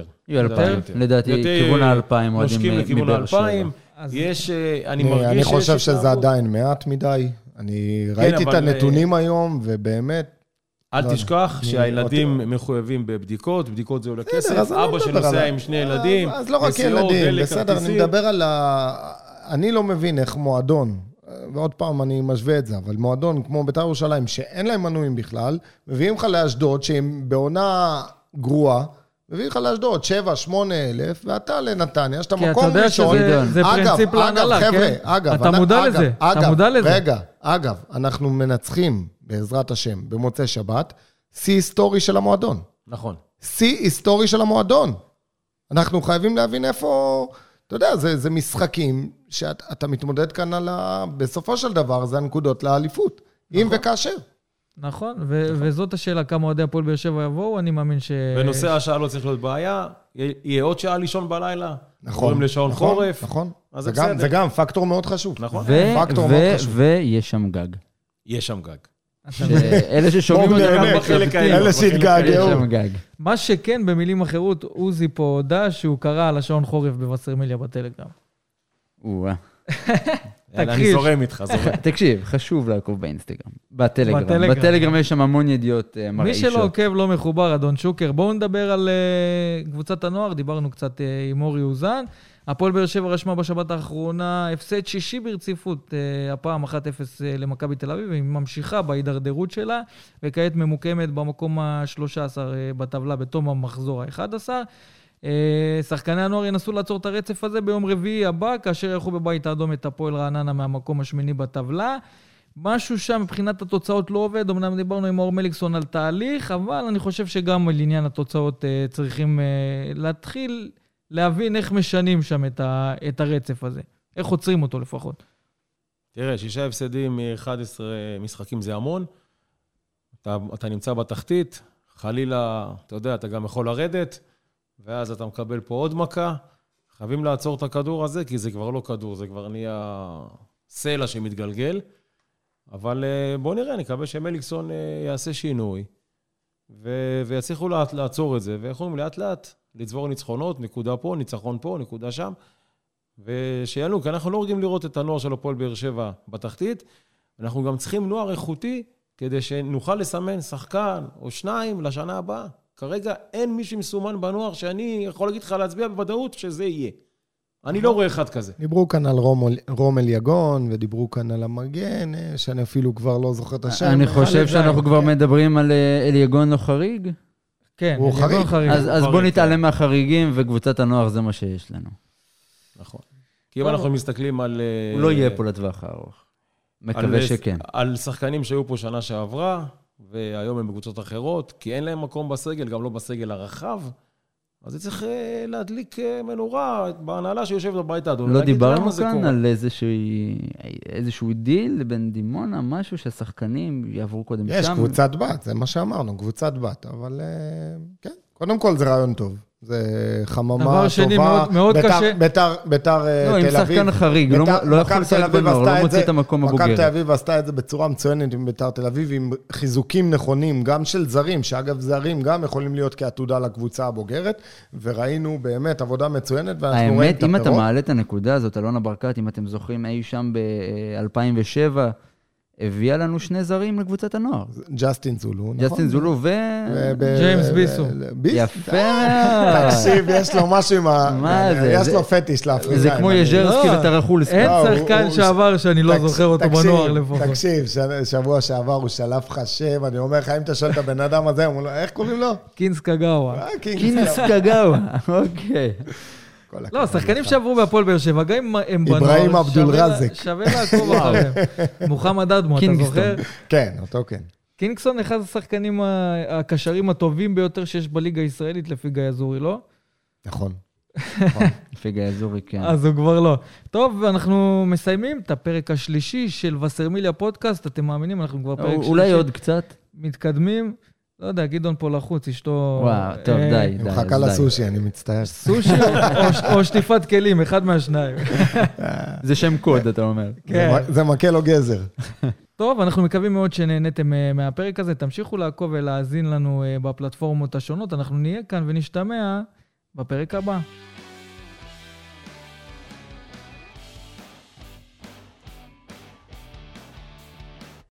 לדעתי כיוון האלפיים מועדים מבאר שבע. נושקים לכיוון האלפיים. יש, אני מרגיש... אני חושב שזה עדיין מעט מדי. אני ראיתי את הנתונים היום, ובאמת... אל תשכח שהילדים מחויבים בבדיקות, בדיקות זה עולה כסף, אבא שנוסע עם שני ילדים, אז לא רק ילדים, בסדר, אני מדבר על ה... אני לא מבין איך מועדון, ועוד פעם אני משווה את זה, אבל מועדון כמו בית"ר ירושלים, שאין להם מנויים בכלל, מביאים לך לאשדוד, שהם בעונה גרועה, מביאים לך לאשדוד שבע, שמונה אלף, ואתה לנתניה, שאתה מקום ראשון. כי אתה יודע שזה פרינציפ להנהלה, כן? אתה מודע לזה, אתה מודע לזה. רגע, אגב, אנחנו מנצחים, בעזרת השם, במוצאי שבת, שיא היסטורי של המועדון. נכון. שיא היסטורי של המועדון. אנחנו חייבים להבין איפה... אתה יודע, זה, זה משחקים שאתה מתמודד כאן על ה... בסופו של דבר, זה הנקודות לאליפות. נכון. אם וכאשר. נכון, ו- נכון. וזאת השאלה, כמה עודי הפועל באר שבע יבואו, אני מאמין ש... בנושא השעה לא צריך להיות בעיה, יהיה עוד שעה לישון בלילה. נכון. קוראים לשעון נכון, חורף. נכון. אז זה, גם, זה גם פקטור מאוד חשוב. נכון. ו- פקטור ו- מאוד חשוב. ויש שם גג. יש שם גג. אלה ששומעים אותם גם בחלק האלה. אלה שהתגעגעו. מה שכן, במילים אחרות, עוזי פה הודע שהוא קרא על השעון חורף בווסרמיליה בטלגרם. וואה. אני זורם איתך, זורם. תקשיב, חשוב לעקוב באינסטגרם, בטלגרם. בטלגרם יש שם המון ידיעות מרעישות. מי שלא עוקב לא מחובר, אדון שוקר. בואו נדבר על קבוצת הנוער, דיברנו קצת עם אורי אוזן. הפועל באר שבע רשמה בשבת האחרונה הפסד שישי ברציפות, הפעם אחת אפס למכבי תל אביב, והיא ממשיכה בהידרדרות שלה, וכעת ממוקמת במקום ה-שלוש עשרה בטבלה בתום המחזור ה-אחד עשר. שחקני הנוער ינסו לעצור את הרצף הזה ביום רביעי הבא, כאשר ילכו בבית האדום את הפועל רעננה מהמקום השמיני בטבלה. משהו שם מבחינת התוצאות לא עובד, אמנם דיברנו עם מאור מליקסון על תהליך, אבל אני חושב שגם על עניין התוצאות צריכים להתחיל להבין איך משנים שם את, ה, את הרצף הזה. איך עוצרים אותו לפחות. תראה, שישה הפסדים מ-אחד עשר משחקים זה המון. אתה, אתה נמצא בתחתית, חלילה, אתה יודע, אתה גם יכול לרדת, ואז אתה מקבל פה עוד מכה. חייבים לעצור את הכדור הזה, כי זה כבר לא כדור, זה כבר נהיה סלע שמתגלגל. אבל בוא נראה, אני מקווה שמליקסון יעשה שינוי, ו- ויצליחו לעצור את זה, ויכולים לאט לאט לצבור ניצחונות, נקודה פה, ניצחון פה, נקודה שם, ושיענו, כי אנחנו לא רוצים לראות את הנוער של הפועל באר שבע בתחתית, אנחנו גם צריכים נוער איכותי, כדי שנוכל לסמן שחקן או שניים לשנה הבאה. כרגע אין מישהו מסומן בנוער שאני יכול להגיד לך להצביע בוודאות שזה יהיה. אני לא רואה אחד כזה. דיברו כאן על רומל יגון, ודיברו כאן על המגן, שאני אפילו כבר לא זוכר את השם. אני חושב שאנחנו כבר מדברים על אל יגון לא חריג. כן, הוא חריג. אז בוא נתעלם מהחריגים, וקבוצת הנוער זה מה שיש לנו. נכון. כי אם אנחנו מסתכלים על... הוא לא יהיה פה לטווח הארוך. מקווה שכן. על שחקנים שהיו פה שנה שעברה, והיום הם בקבוצות אחרות, כי אין להם מקום בסגל, גם לא בסגל הרחב, אז זה צריך להדליק מנורה בהנהלה שיושבת בבית האדום. לא דיברנו כאן על איזשהו דיל בין דימונה, משהו שהשחקנים יעברו קודם שם. יש קבוצת בת, זה מה שאמרנו, קבוצת בת, אבל כן, קודם כל זה רעיון טוב. זה חממה דבר טובה. שני, מאוד, מאוד ביתר, קשה. ביתר, ביתר לא, תל אביב. עם שחקן חריג, לא, לא יכול לשחק בנוער, לא מוצא את המקום הבוגר. מכבי תל אביב עשתה את זה בצורה מצוינת עם ביתר תל אביב, עם חיזוקים נכונים, גם של זרים, שאגב זרים גם יכולים להיות כעתודה לקבוצה הבוגרת, וראינו באמת עבודה מצוינת, ואנחנו רואים את הפירות. האמת, אם אתה מעלה את הנקודה הזאת, אלונה ברקת, אם אתם זוכרים אי שם ב-אלפיים ושבע, הביאה לנו שני זרים לקבוצת הנוער. ג'סטין זולו, נכון? ג'סטין זולו ו... ג'יימס ביסו. יפה. תקשיב, יש לו משהו עם ה... מה זה? יש לו פטיש לאפריקאים. זה כמו יז'רסקי וטרחולסקי. אין שחקן שעבר שאני לא זוכר אותו בנוער לפחות. תקשיב, שבוע שעבר הוא שלף לך שם, אני אומר לך, אם אתה שואל את הבן אדם הזה, הוא אומר לו, איך קוראים לו? קינס קגאווה. קינס קגאווה, אוקיי. לא, שחקנים שעברו בהפועל באר שבע, גם אם הם בנוער, איברהים אבדול רזק. שווה לעקוב אחריהם. מוחמד אדמו, אתה זוכר? כן, אותו כן. קינגסון, אחד השחקנים הקשרים הטובים ביותר שיש בליגה הישראלית, לפי גיא אזורי, לא? נכון. לפי גיא אזורי, כן. אז הוא כבר לא. טוב, ואנחנו מסיימים את הפרק השלישי של וסרמיליה פודקאסט, אתם מאמינים? אנחנו כבר פרק שלישי. אולי עוד קצת. מתקדמים. לא יודע, גדעון פה לחוץ, אשתו... וואו, טוב, די, די. היא מחכה לסושי, אני מצטער. סושי או שטיפת כלים, אחד מהשניים. זה שם קוד, אתה אומר. זה מקל או גזר. טוב, אנחנו מקווים מאוד שנהנתם מהפרק הזה. תמשיכו לעקוב ולהאזין לנו בפלטפורמות השונות. אנחנו נהיה כאן ונשתמע בפרק הבא.